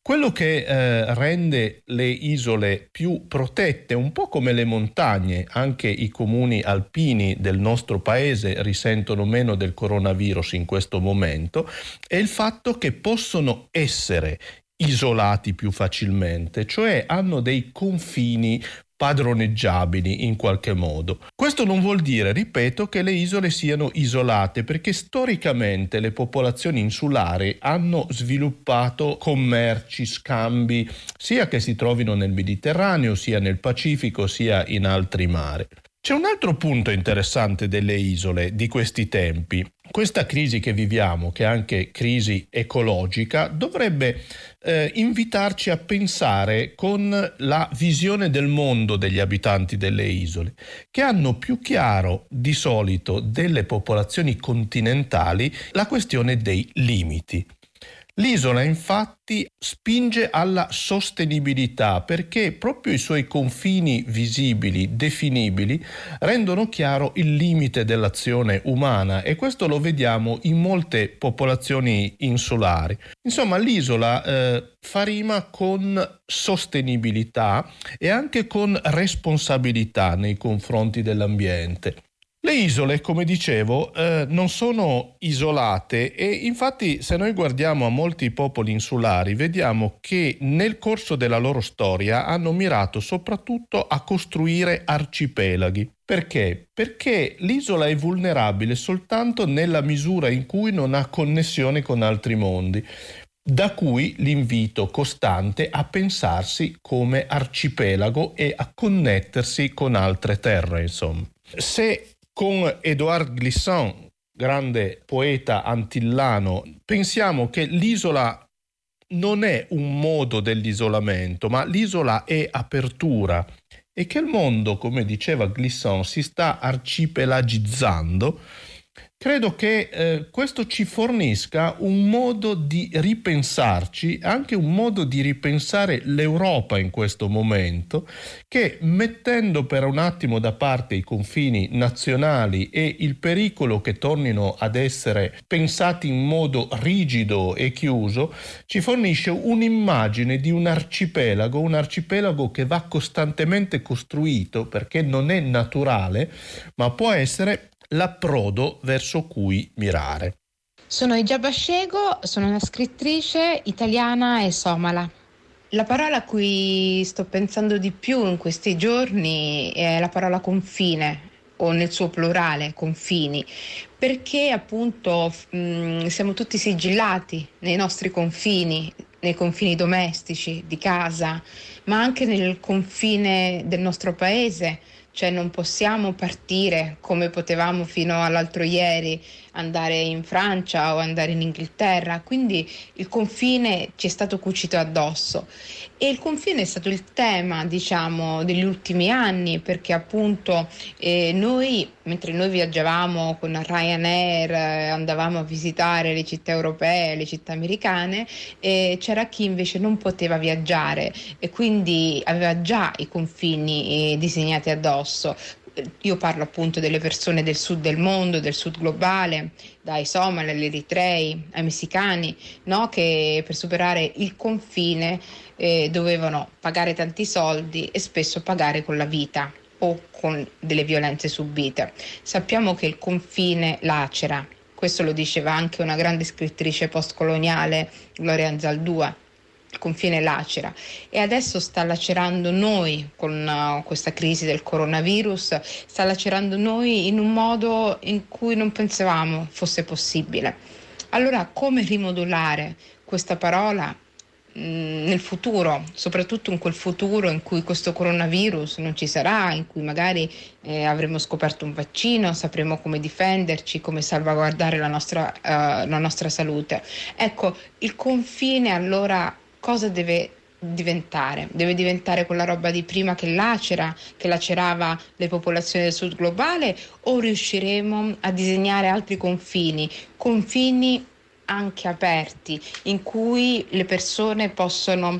Speaker 10: Quello che eh, rende le isole più protette, un po' come le montagne, anche i comuni alpini del nostro paese risentono meno del coronavirus in questo momento, è il fatto che possono essere isolati più facilmente, cioè hanno dei confini padroneggiabili in qualche modo. Questo non vuol dire, ripeto, che le isole siano isolate, perché storicamente le popolazioni insulari hanno sviluppato commerci, scambi, sia che si trovino nel Mediterraneo, sia nel Pacifico, sia in altri mari. C'è un altro punto interessante delle isole di questi tempi. Questa crisi che viviamo, che è anche crisi ecologica, dovrebbe eh, invitarci a pensare con la visione del mondo degli abitanti delle isole, che hanno più chiaro di solito delle popolazioni continentali la questione dei limiti. L'isola infatti spinge alla sostenibilità perché proprio i suoi confini visibili, definibili, rendono chiaro il limite dell'azione umana e questo lo vediamo in molte popolazioni insulari. Insomma, l'isola eh, fa rima con sostenibilità e anche con responsabilità nei confronti dell'ambiente. Le isole, come dicevo, eh, non sono isolate e infatti se noi guardiamo a molti popoli insulari vediamo che nel corso della loro storia hanno mirato soprattutto a costruire arcipelaghi. Perché? Perché l'isola è vulnerabile soltanto nella misura in cui non ha connessione con altri mondi. Da cui l'invito costante a pensarsi come arcipelago e a connettersi con altre terre, insomma. Se con Édouard Glissant, grande poeta antillano, pensiamo che l'isola non è un modo dell'isolamento, ma l'isola è apertura e che il mondo, come diceva Glissant, si sta arcipelagizzando. Credo che eh, questo ci fornisca un modo di ripensarci, anche un modo di ripensare l'Europa in questo momento, che mettendo per un attimo da parte i confini nazionali e il pericolo che tornino ad essere pensati in modo rigido e chiuso, ci fornisce un'immagine di un arcipelago, un arcipelago che va costantemente costruito perché non è naturale, ma può essere l'approdo verso cui mirare.
Speaker 11: Sono Ijaba Shego, sono una scrittrice italiana e somala. La parola a cui sto pensando di più in questi giorni è la parola confine, o nel suo plurale, confini, perché appunto mh, siamo tutti sigillati nei nostri confini, nei confini domestici, di casa, ma anche nel confine del nostro paese. Cioè non possiamo partire come potevamo fino all'altro ieri, andare in Francia o andare in Inghilterra, quindi il confine ci è stato cucito addosso e il confine è stato il tema, diciamo, degli ultimi anni, perché appunto eh, noi, mentre noi viaggiavamo con Ryanair, eh, andavamo a visitare le città europee, le città americane, eh, c'era chi invece non poteva viaggiare e quindi aveva già i confini eh, disegnati addosso. Io parlo appunto delle persone del sud del mondo, del sud globale, dai somali agli eritrei, ai messicani, no? Che per superare il confine eh, dovevano pagare tanti soldi e spesso pagare con la vita o con delle violenze subite. Sappiamo che il confine lacera, questo lo diceva anche una grande scrittrice postcoloniale, Gloria Anzaldúa. Il confine lacera e adesso sta lacerando noi con uh, questa crisi del coronavirus, sta lacerando noi in un modo in cui non pensavamo fosse possibile. Allora come rimodulare questa parola mh, nel futuro, soprattutto in quel futuro in cui questo coronavirus non ci sarà, in cui magari eh, avremo scoperto un vaccino, sapremo come difenderci, come salvaguardare la nostra, uh, la nostra salute. Ecco, il confine allora cosa deve diventare? Deve diventare quella roba di prima che lacera, che lacerava le popolazioni del sud globale, o riusciremo a disegnare altri confini, confini anche aperti, in cui le persone possono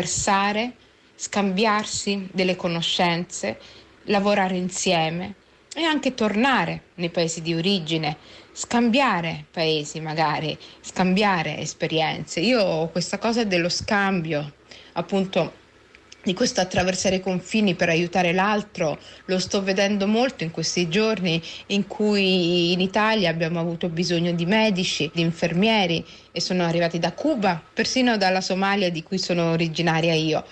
Speaker 11: attraversare, scambiarsi delle conoscenze, lavorare insieme e anche tornare nei paesi di origine, scambiare paesi magari, scambiare esperienze. Io questa cosa dello scambio, appunto, di questo attraversare i confini per aiutare l'altro, lo sto vedendo molto in questi giorni in cui in Italia abbiamo avuto bisogno di medici, di infermieri, e sono arrivati da Cuba, persino dalla Somalia di cui sono originaria io.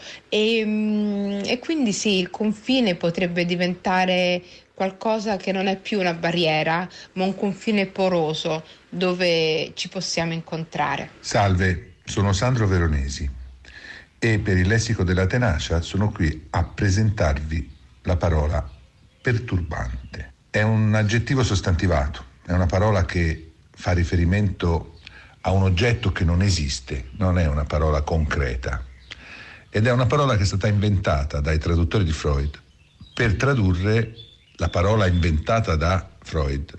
Speaker 11: E, e quindi sì, il confine potrebbe diventare qualcosa che non è più una barriera, ma un confine poroso dove ci possiamo incontrare.
Speaker 12: Salve, sono Sandro Veronesi e per il Lessico della Tenacia sono qui a presentarvi la parola perturbante. È un aggettivo sostantivato, è una parola che fa riferimento a un oggetto che non esiste, non è una parola concreta, ed è una parola che è stata inventata dai traduttori di Freud per tradurre la parola inventata da Freud,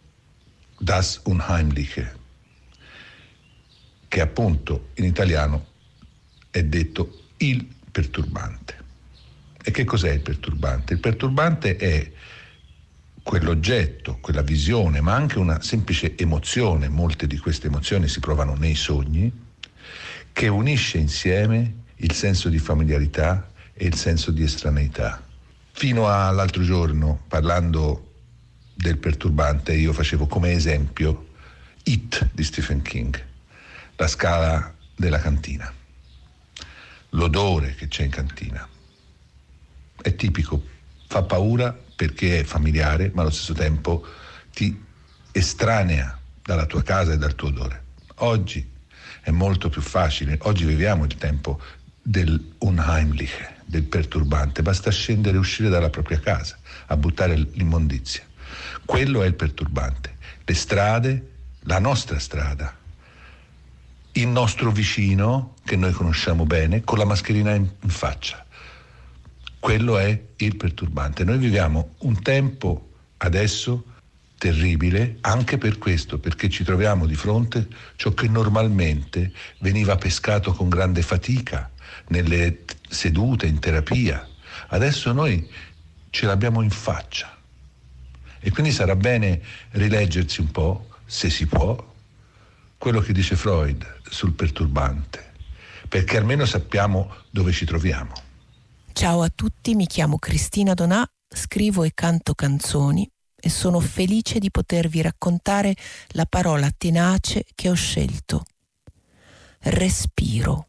Speaker 12: das Unheimliche, che appunto in italiano è detto il perturbante. E che cos'è il perturbante? Il perturbante è quell'oggetto, quella visione, ma anche una semplice emozione, molte di queste emozioni si provano nei sogni, che unisce insieme il senso di familiarità e il senso di estraneità. Fino all'altro giorno, parlando del perturbante, io facevo come esempio It di Stephen King, la scala della cantina. L'odore che c'è in cantina è tipico, fa paura perché è familiare, ma allo stesso tempo ti estranea dalla tua casa e dal tuo odore. Oggi è molto più facile, oggi viviamo il tempo del Unheimliche, del perturbante, basta scendere e uscire dalla propria casa a buttare l'immondizia. Quello è il perturbante. Le strade, la nostra strada, il nostro vicino che noi conosciamo bene con la mascherina in, in faccia. Quello è il perturbante. Noi viviamo un tempo adesso terribile anche per questo, perché ci troviamo di fronte a ciò che normalmente veniva pescato con grande fatica nelle sedute, in terapia. Adesso noi ce l'abbiamo in faccia e quindi sarà bene rileggersi un po', se si può, quello che dice Freud sul perturbante, perché almeno sappiamo dove ci troviamo.
Speaker 13: Ciao a tutti, mi chiamo Cristina Donà, scrivo e canto canzoni e sono felice di potervi raccontare la parola tenace che ho scelto. Respiro.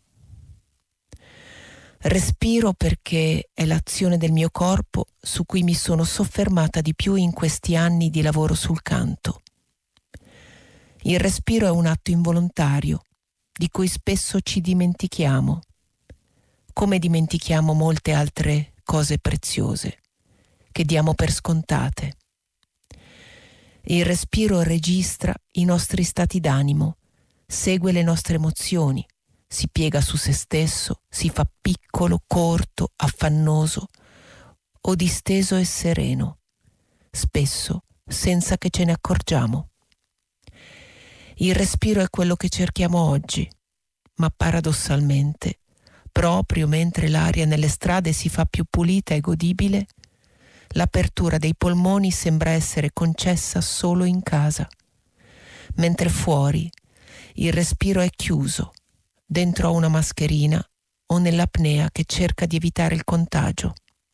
Speaker 13: Respiro perché è l'azione del mio corpo su cui mi sono soffermata di più in questi anni di lavoro sul canto. Il respiro è un atto involontario, di cui spesso ci dimentichiamo, come dimentichiamo molte altre cose preziose, che diamo per scontate. Il respiro registra i nostri stati d'animo, segue le nostre emozioni, si piega su se stesso, si fa piccolo, corto, affannoso o disteso e sereno, spesso senza che ce ne accorgiamo. Il respiro è quello che cerchiamo oggi, ma paradossalmente, proprio mentre l'aria nelle strade si fa più pulita e godibile, l'apertura dei polmoni sembra essere concessa solo in casa, mentre fuori il respiro è chiuso, dentro a una mascherina o nell'apnea che cerca di evitare il contagio.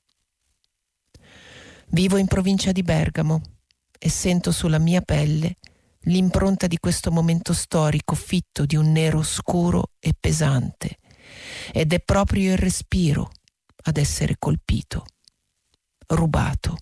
Speaker 13: Vivo in provincia di Bergamo e sento sulla mia pelle l'impronta di questo momento storico fitto di un nero scuro e pesante, ed è proprio il respiro ad essere colpito, rubato.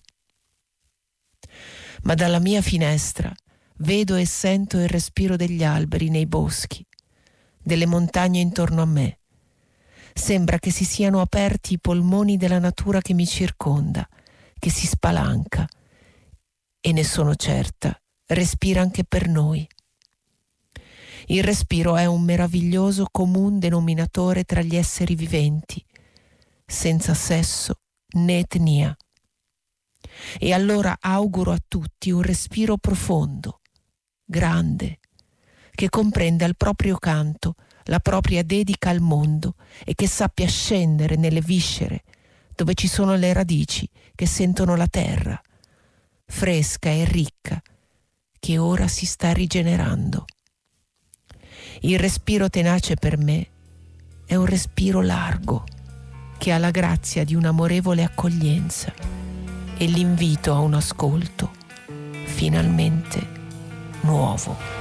Speaker 13: Ma dalla mia finestra vedo e sento il respiro degli alberi nei boschi, delle montagne intorno a me. Sembra che si siano aperti i polmoni della natura che mi circonda, che si spalanca, e ne sono certa, respira anche per noi. Il respiro è un meraviglioso comun denominatore tra gli esseri viventi, senza sesso né etnia. E allora auguro a tutti un respiro profondo, grande, che comprenda il proprio canto, la propria dedica al mondo e che sappia scendere nelle viscere, dove ci sono le radici che sentono la terra, fresca e ricca, che ora si sta rigenerando. Il respiro tenace per me è un respiro largo, che ha la grazia di un'amorevole accoglienza e l'invito a un ascolto finalmente nuovo.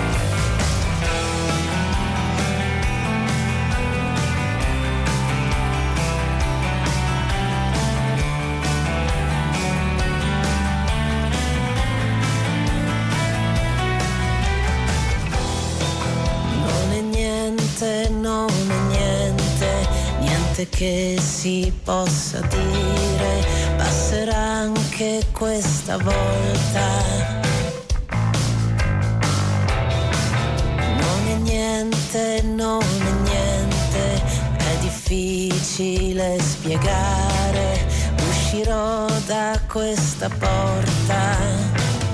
Speaker 14: Non è niente, niente che si possa dire, passerà anche questa volta. Non è niente, non è niente, è difficile spiegare, uscirò da questa porta.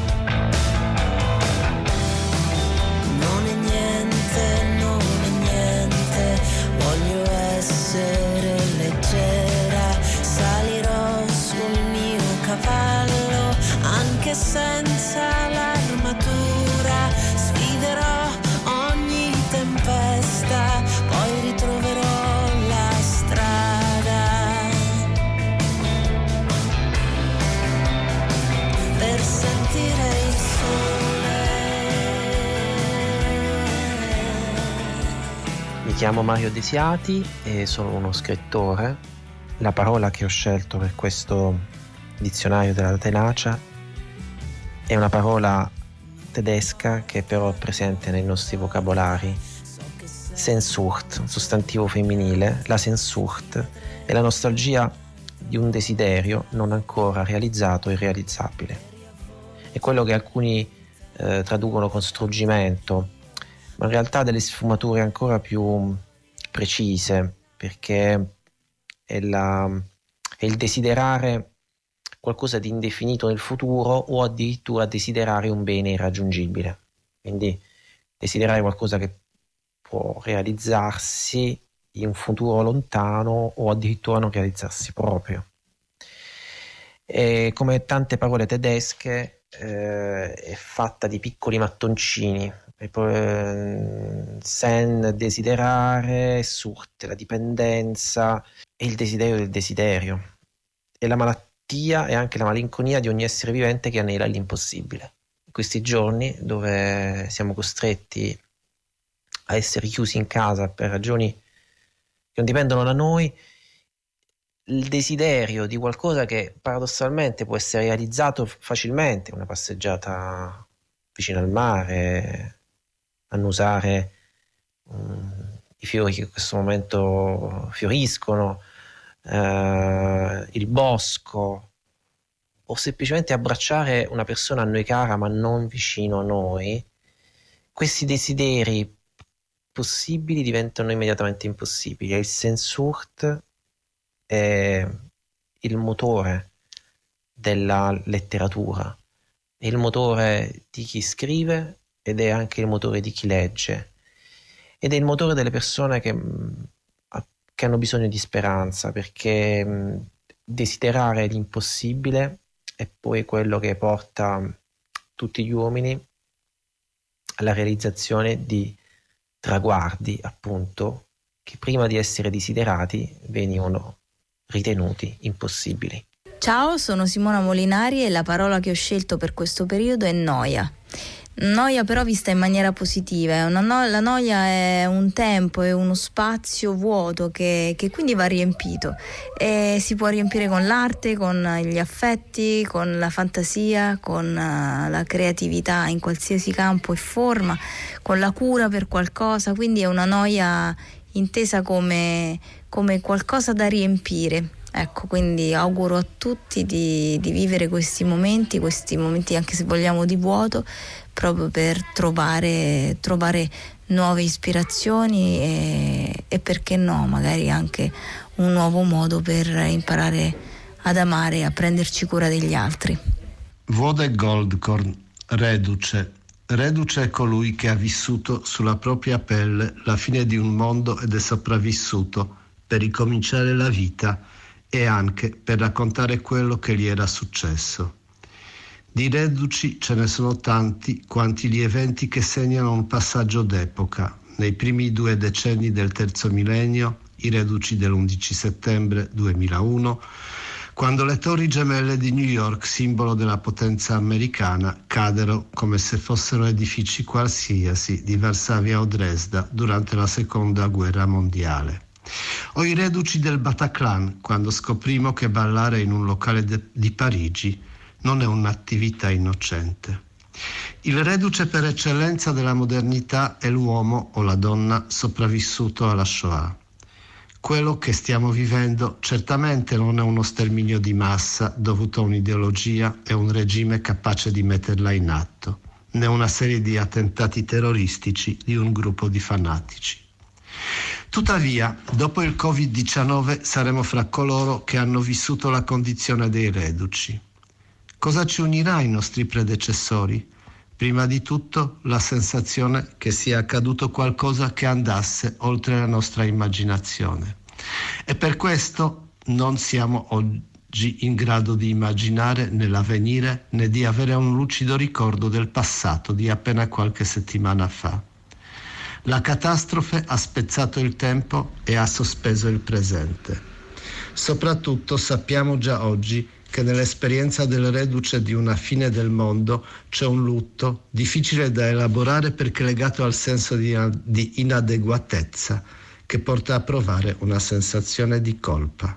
Speaker 14: Essere leggera, salirò sul mio cavallo, anche senza l'armatura, sfiderò ogni tempesta, poi ritroverò la strada per sentire il sole.
Speaker 15: Mi chiamo Mario Desiati e sono uno scrittore. La parola che ho scelto per questo dizionario della tenacia è una parola tedesca che però è presente nei nostri vocabolari. Sehnsucht, un sostantivo femminile. La Sehnsucht è la nostalgia di un desiderio non ancora realizzato e realizzabile. È quello che alcuni eh, traducono con struggimento, ma in realtà ha delle sfumature ancora più precise, perché è, la, è il desiderare qualcosa di indefinito nel futuro o addirittura desiderare un bene irraggiungibile. Quindi desiderare qualcosa che può realizzarsi in un futuro lontano o addirittura non realizzarsi proprio. E come tante parole tedesche eh, è fatta di piccoli mattoncini. E poi eh, sen, desiderare, Sucht, la dipendenza e il desiderio del desiderio. E la malattia e anche la malinconia di ogni essere vivente che anela l'impossibile. In questi giorni, dove siamo costretti a essere chiusi in casa per ragioni che non dipendono da noi, il desiderio di qualcosa che paradossalmente può essere realizzato facilmente, una passeggiata vicino al mare, annusare um, i fiori che in questo momento fioriscono, uh, il bosco, o semplicemente abbracciare una persona a noi cara ma non vicino a noi, questi desideri possibili diventano immediatamente impossibili. Il Sehnsucht è il motore della letteratura, è il motore di chi scrive ed è anche il motore di chi legge, ed è il motore delle persone che, che hanno bisogno di speranza, perché mh, desiderare l'impossibile è poi quello che porta tutti gli uomini alla realizzazione di traguardi, appunto, che prima di essere desiderati venivano ritenuti impossibili.
Speaker 16: Ciao, sono Simona Molinari e la parola che ho scelto per questo periodo è noia. Noia però vista in maniera positiva. Una no- la noia è un tempo, è uno spazio vuoto che, che quindi va riempito, e si può riempire con l'arte, con gli affetti, con la fantasia, con uh, la creatività in qualsiasi campo e forma, con la cura per qualcosa. Quindi è una noia intesa come, come qualcosa da riempire. Ecco, quindi auguro a tutti di, di vivere questi momenti, questi momenti anche se vogliamo di vuoto, proprio per trovare, trovare nuove ispirazioni e, e perché no, magari anche un nuovo modo per imparare ad amare e a prenderci cura degli altri.
Speaker 17: Wode Goldkorn, reduce. Reduce è colui che ha vissuto sulla propria pelle la fine di un mondo ed è sopravvissuto per ricominciare la vita e anche per raccontare quello che gli era successo. Di reduci ce ne sono tanti quanti gli eventi che segnano un passaggio d'epoca. Nei primi due decenni del terzo millennio, i reduci dell'undici settembre duemilauno, quando le torri gemelle di New York, simbolo della potenza americana, cadero come se fossero edifici qualsiasi di Varsavia o Dresda durante la seconda guerra mondiale. O i reduci del Bataclan, quando scoprimmo che ballare in un locale de- di Parigi non è un'attività innocente. Il reduce per eccellenza della modernità è l'uomo o la donna sopravvissuto alla Shoah. Quello che stiamo vivendo certamente non è uno sterminio di massa dovuto a un'ideologia e un regime capace di metterla in atto, né una serie di attentati terroristici di un gruppo di fanatici. Tuttavia, dopo il covid diciannove saremo fra coloro che hanno vissuto la condizione dei reduci. Cosa ci unirà ai nostri predecessori? Prima di tutto la sensazione che sia accaduto qualcosa che andasse oltre la nostra immaginazione. E per questo non siamo oggi in grado di immaginare né l'avvenire né di avere un lucido ricordo del passato di appena qualche settimana fa. La catastrofe ha spezzato il tempo e ha sospeso il presente. Soprattutto sappiamo già oggi che nell'esperienza del reduce di una fine del mondo c'è un lutto difficile da elaborare perché legato al senso di, di inadeguatezza che porta a provare una sensazione di colpa.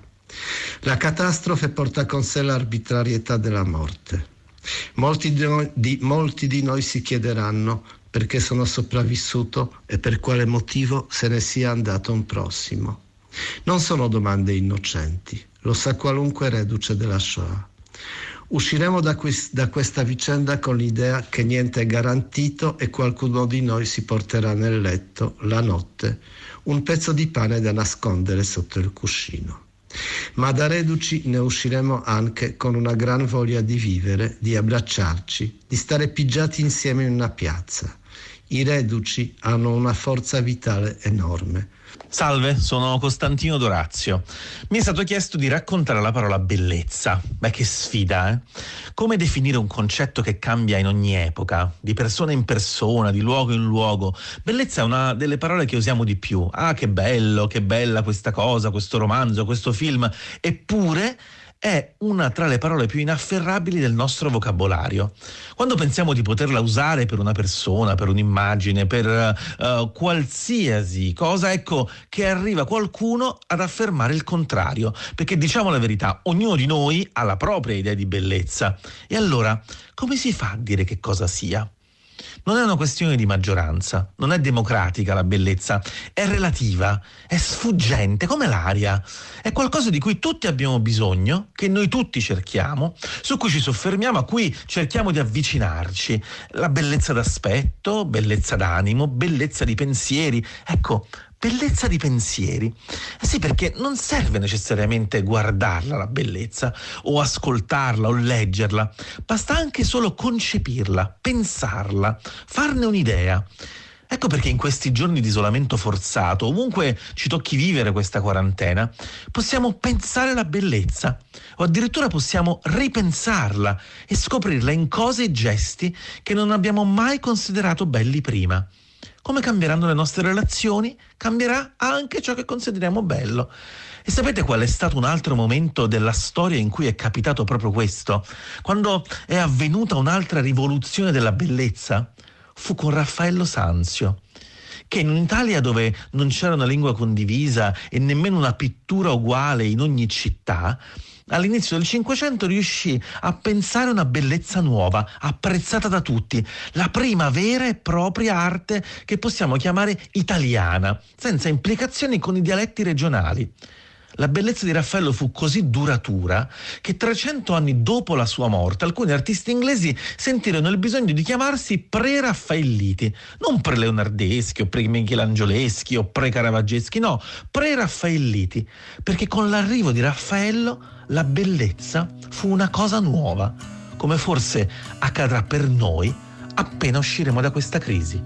Speaker 17: La catastrofe porta con sé l'arbitrarietà della morte. Molti di noi, di, molti di noi si chiederanno perché sono sopravvissuto e per quale motivo se ne sia andato un prossimo. Non sono domande innocenti. Lo sa qualunque reduce della Shoah. Usciremo da, quest- da questa vicenda con l'idea che niente è garantito e qualcuno di noi si porterà nel letto, la notte, un pezzo di pane da nascondere sotto il cuscino. Ma da reduci ne usciremo anche con una gran voglia di vivere, di abbracciarci, di stare pigiati insieme in una piazza. I reduci hanno una forza vitale enorme.
Speaker 18: Salve, sono Costantino Dorazio. Mi è stato chiesto di raccontare la parola bellezza. Beh, che sfida, eh? Come definire un concetto che cambia in ogni epoca, di persona in persona, di luogo in luogo? Bellezza è una delle parole che usiamo di più. Ah, che bello, che bella questa cosa, questo romanzo, questo film. Eppure è una tra le parole più inafferrabili del nostro vocabolario. Quando pensiamo di poterla usare per una persona, per un'immagine, per uh, qualsiasi cosa, ecco che arriva qualcuno ad affermare il contrario, perché diciamo la verità, ognuno di noi ha la propria idea di bellezza. E allora, come si fa a dire che cosa sia? Non è una questione di maggioranza, non è democratica la bellezza, è relativa, è sfuggente, come l'aria. È qualcosa di cui tutti abbiamo bisogno, che noi tutti cerchiamo, su cui ci soffermiamo, a cui cerchiamo di avvicinarci. La bellezza d'aspetto, bellezza d'animo, bellezza di pensieri. Ecco, bellezza di pensieri. Eh sì, perché non serve necessariamente guardarla la bellezza, o ascoltarla o leggerla. Basta anche solo concepirla, pensarla, farne un'idea. Ecco perché in questi giorni di isolamento forzato, ovunque ci tocchi vivere questa quarantena, possiamo pensare la bellezza, o addirittura possiamo ripensarla e scoprirla in cose e gesti che non abbiamo mai considerato belli prima. Come cambieranno le nostre relazioni, cambierà anche ciò che consideriamo bello. E sapete qual è stato un altro momento della storia in cui è capitato proprio questo? Quando è avvenuta un'altra rivoluzione della bellezza? Fu con Raffaello Sanzio, che in un'Italia dove non c'era una lingua condivisa e nemmeno una pittura uguale in ogni città, all'inizio del Cinquecento riuscì a pensare una bellezza nuova, apprezzata da tutti, la prima vera e propria arte che possiamo chiamare italiana, senza implicazioni con i dialetti regionali. La bellezza di Raffaello fu così duratura che trecento anni dopo la sua morte alcuni artisti inglesi sentirono il bisogno di chiamarsi pre-raffaelliti, non pre-leonardeschi o pre-michelangioleschi o pre-caravaggeschi, no, pre-raffaelliti, perché con l'arrivo di Raffaello la bellezza fu una cosa nuova, come forse accadrà per noi appena usciremo da questa crisi.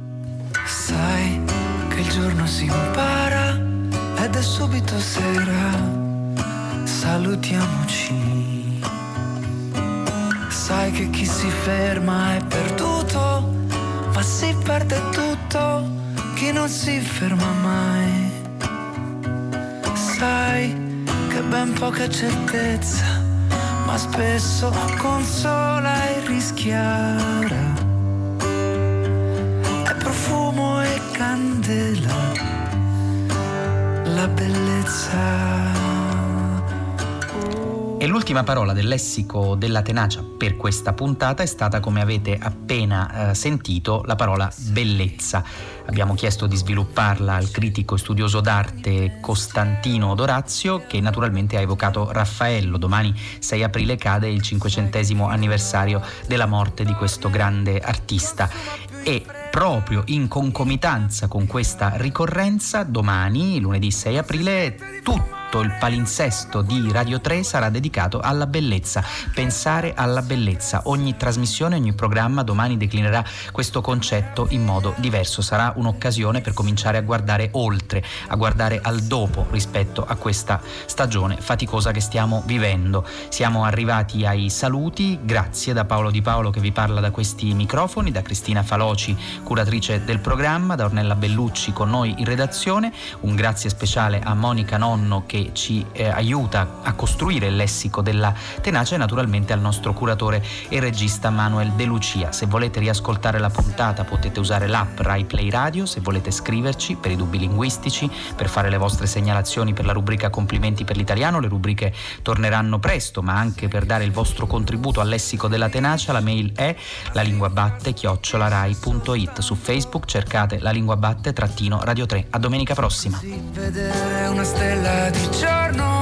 Speaker 5: Sai che il giorno si impara ed è subito sera, salutiamoci. sai che chi si ferma è perduto, ma si perde tutto chi non si ferma mai. Sai che ben poca certezza, ma spesso consola e rischiara. È profumo e candela, la bellezza.
Speaker 2: E l'ultima parola del lessico della tenacia per questa puntata è stata, come avete appena eh, sentito, la parola bellezza. Abbiamo chiesto di svilupparla al critico e studioso d'arte Costantino Dorazio, che naturalmente ha evocato Raffaello. Domani sei aprile cade il cinquecentesimo anniversario della morte di questo grande artista. E proprio in concomitanza con questa ricorrenza, domani, lunedì sei aprile, tutto il palinsesto di Radio tre sarà dedicato alla bellezza, pensare alla bellezza. Ogni trasmissione, ogni programma domani declinerà questo concetto in modo diverso. Sarà un'occasione per cominciare a guardare oltre, a guardare al dopo rispetto a questa stagione faticosa che stiamo vivendo. Siamo arrivati ai saluti, grazie da Paolo Di Paolo che vi parla da questi microfoni, da Cristina Faloci, curatrice del programma, da Ornella Bellucci con noi in redazione. Un grazie speciale a Monica Nonno che ci eh, aiuta a costruire il lessico della tenacia, e naturalmente al nostro curatore e regista Manuel De Lucia. Se volete riascoltare la puntata potete usare l'app Rai Play Radio, se volete scriverci per i dubbi linguistici, per fare le vostre segnalazioni per la rubrica Complimenti per l'italiano. Le rubriche torneranno presto, ma anche per dare il vostro contributo al lessico della tenacia la mail è lalinguabatte chiocciola rai punto it. Su Facebook cercate La Lingua Batte trattino Radio tre. A domenica prossima.
Speaker 5: Vedere una stella di giorno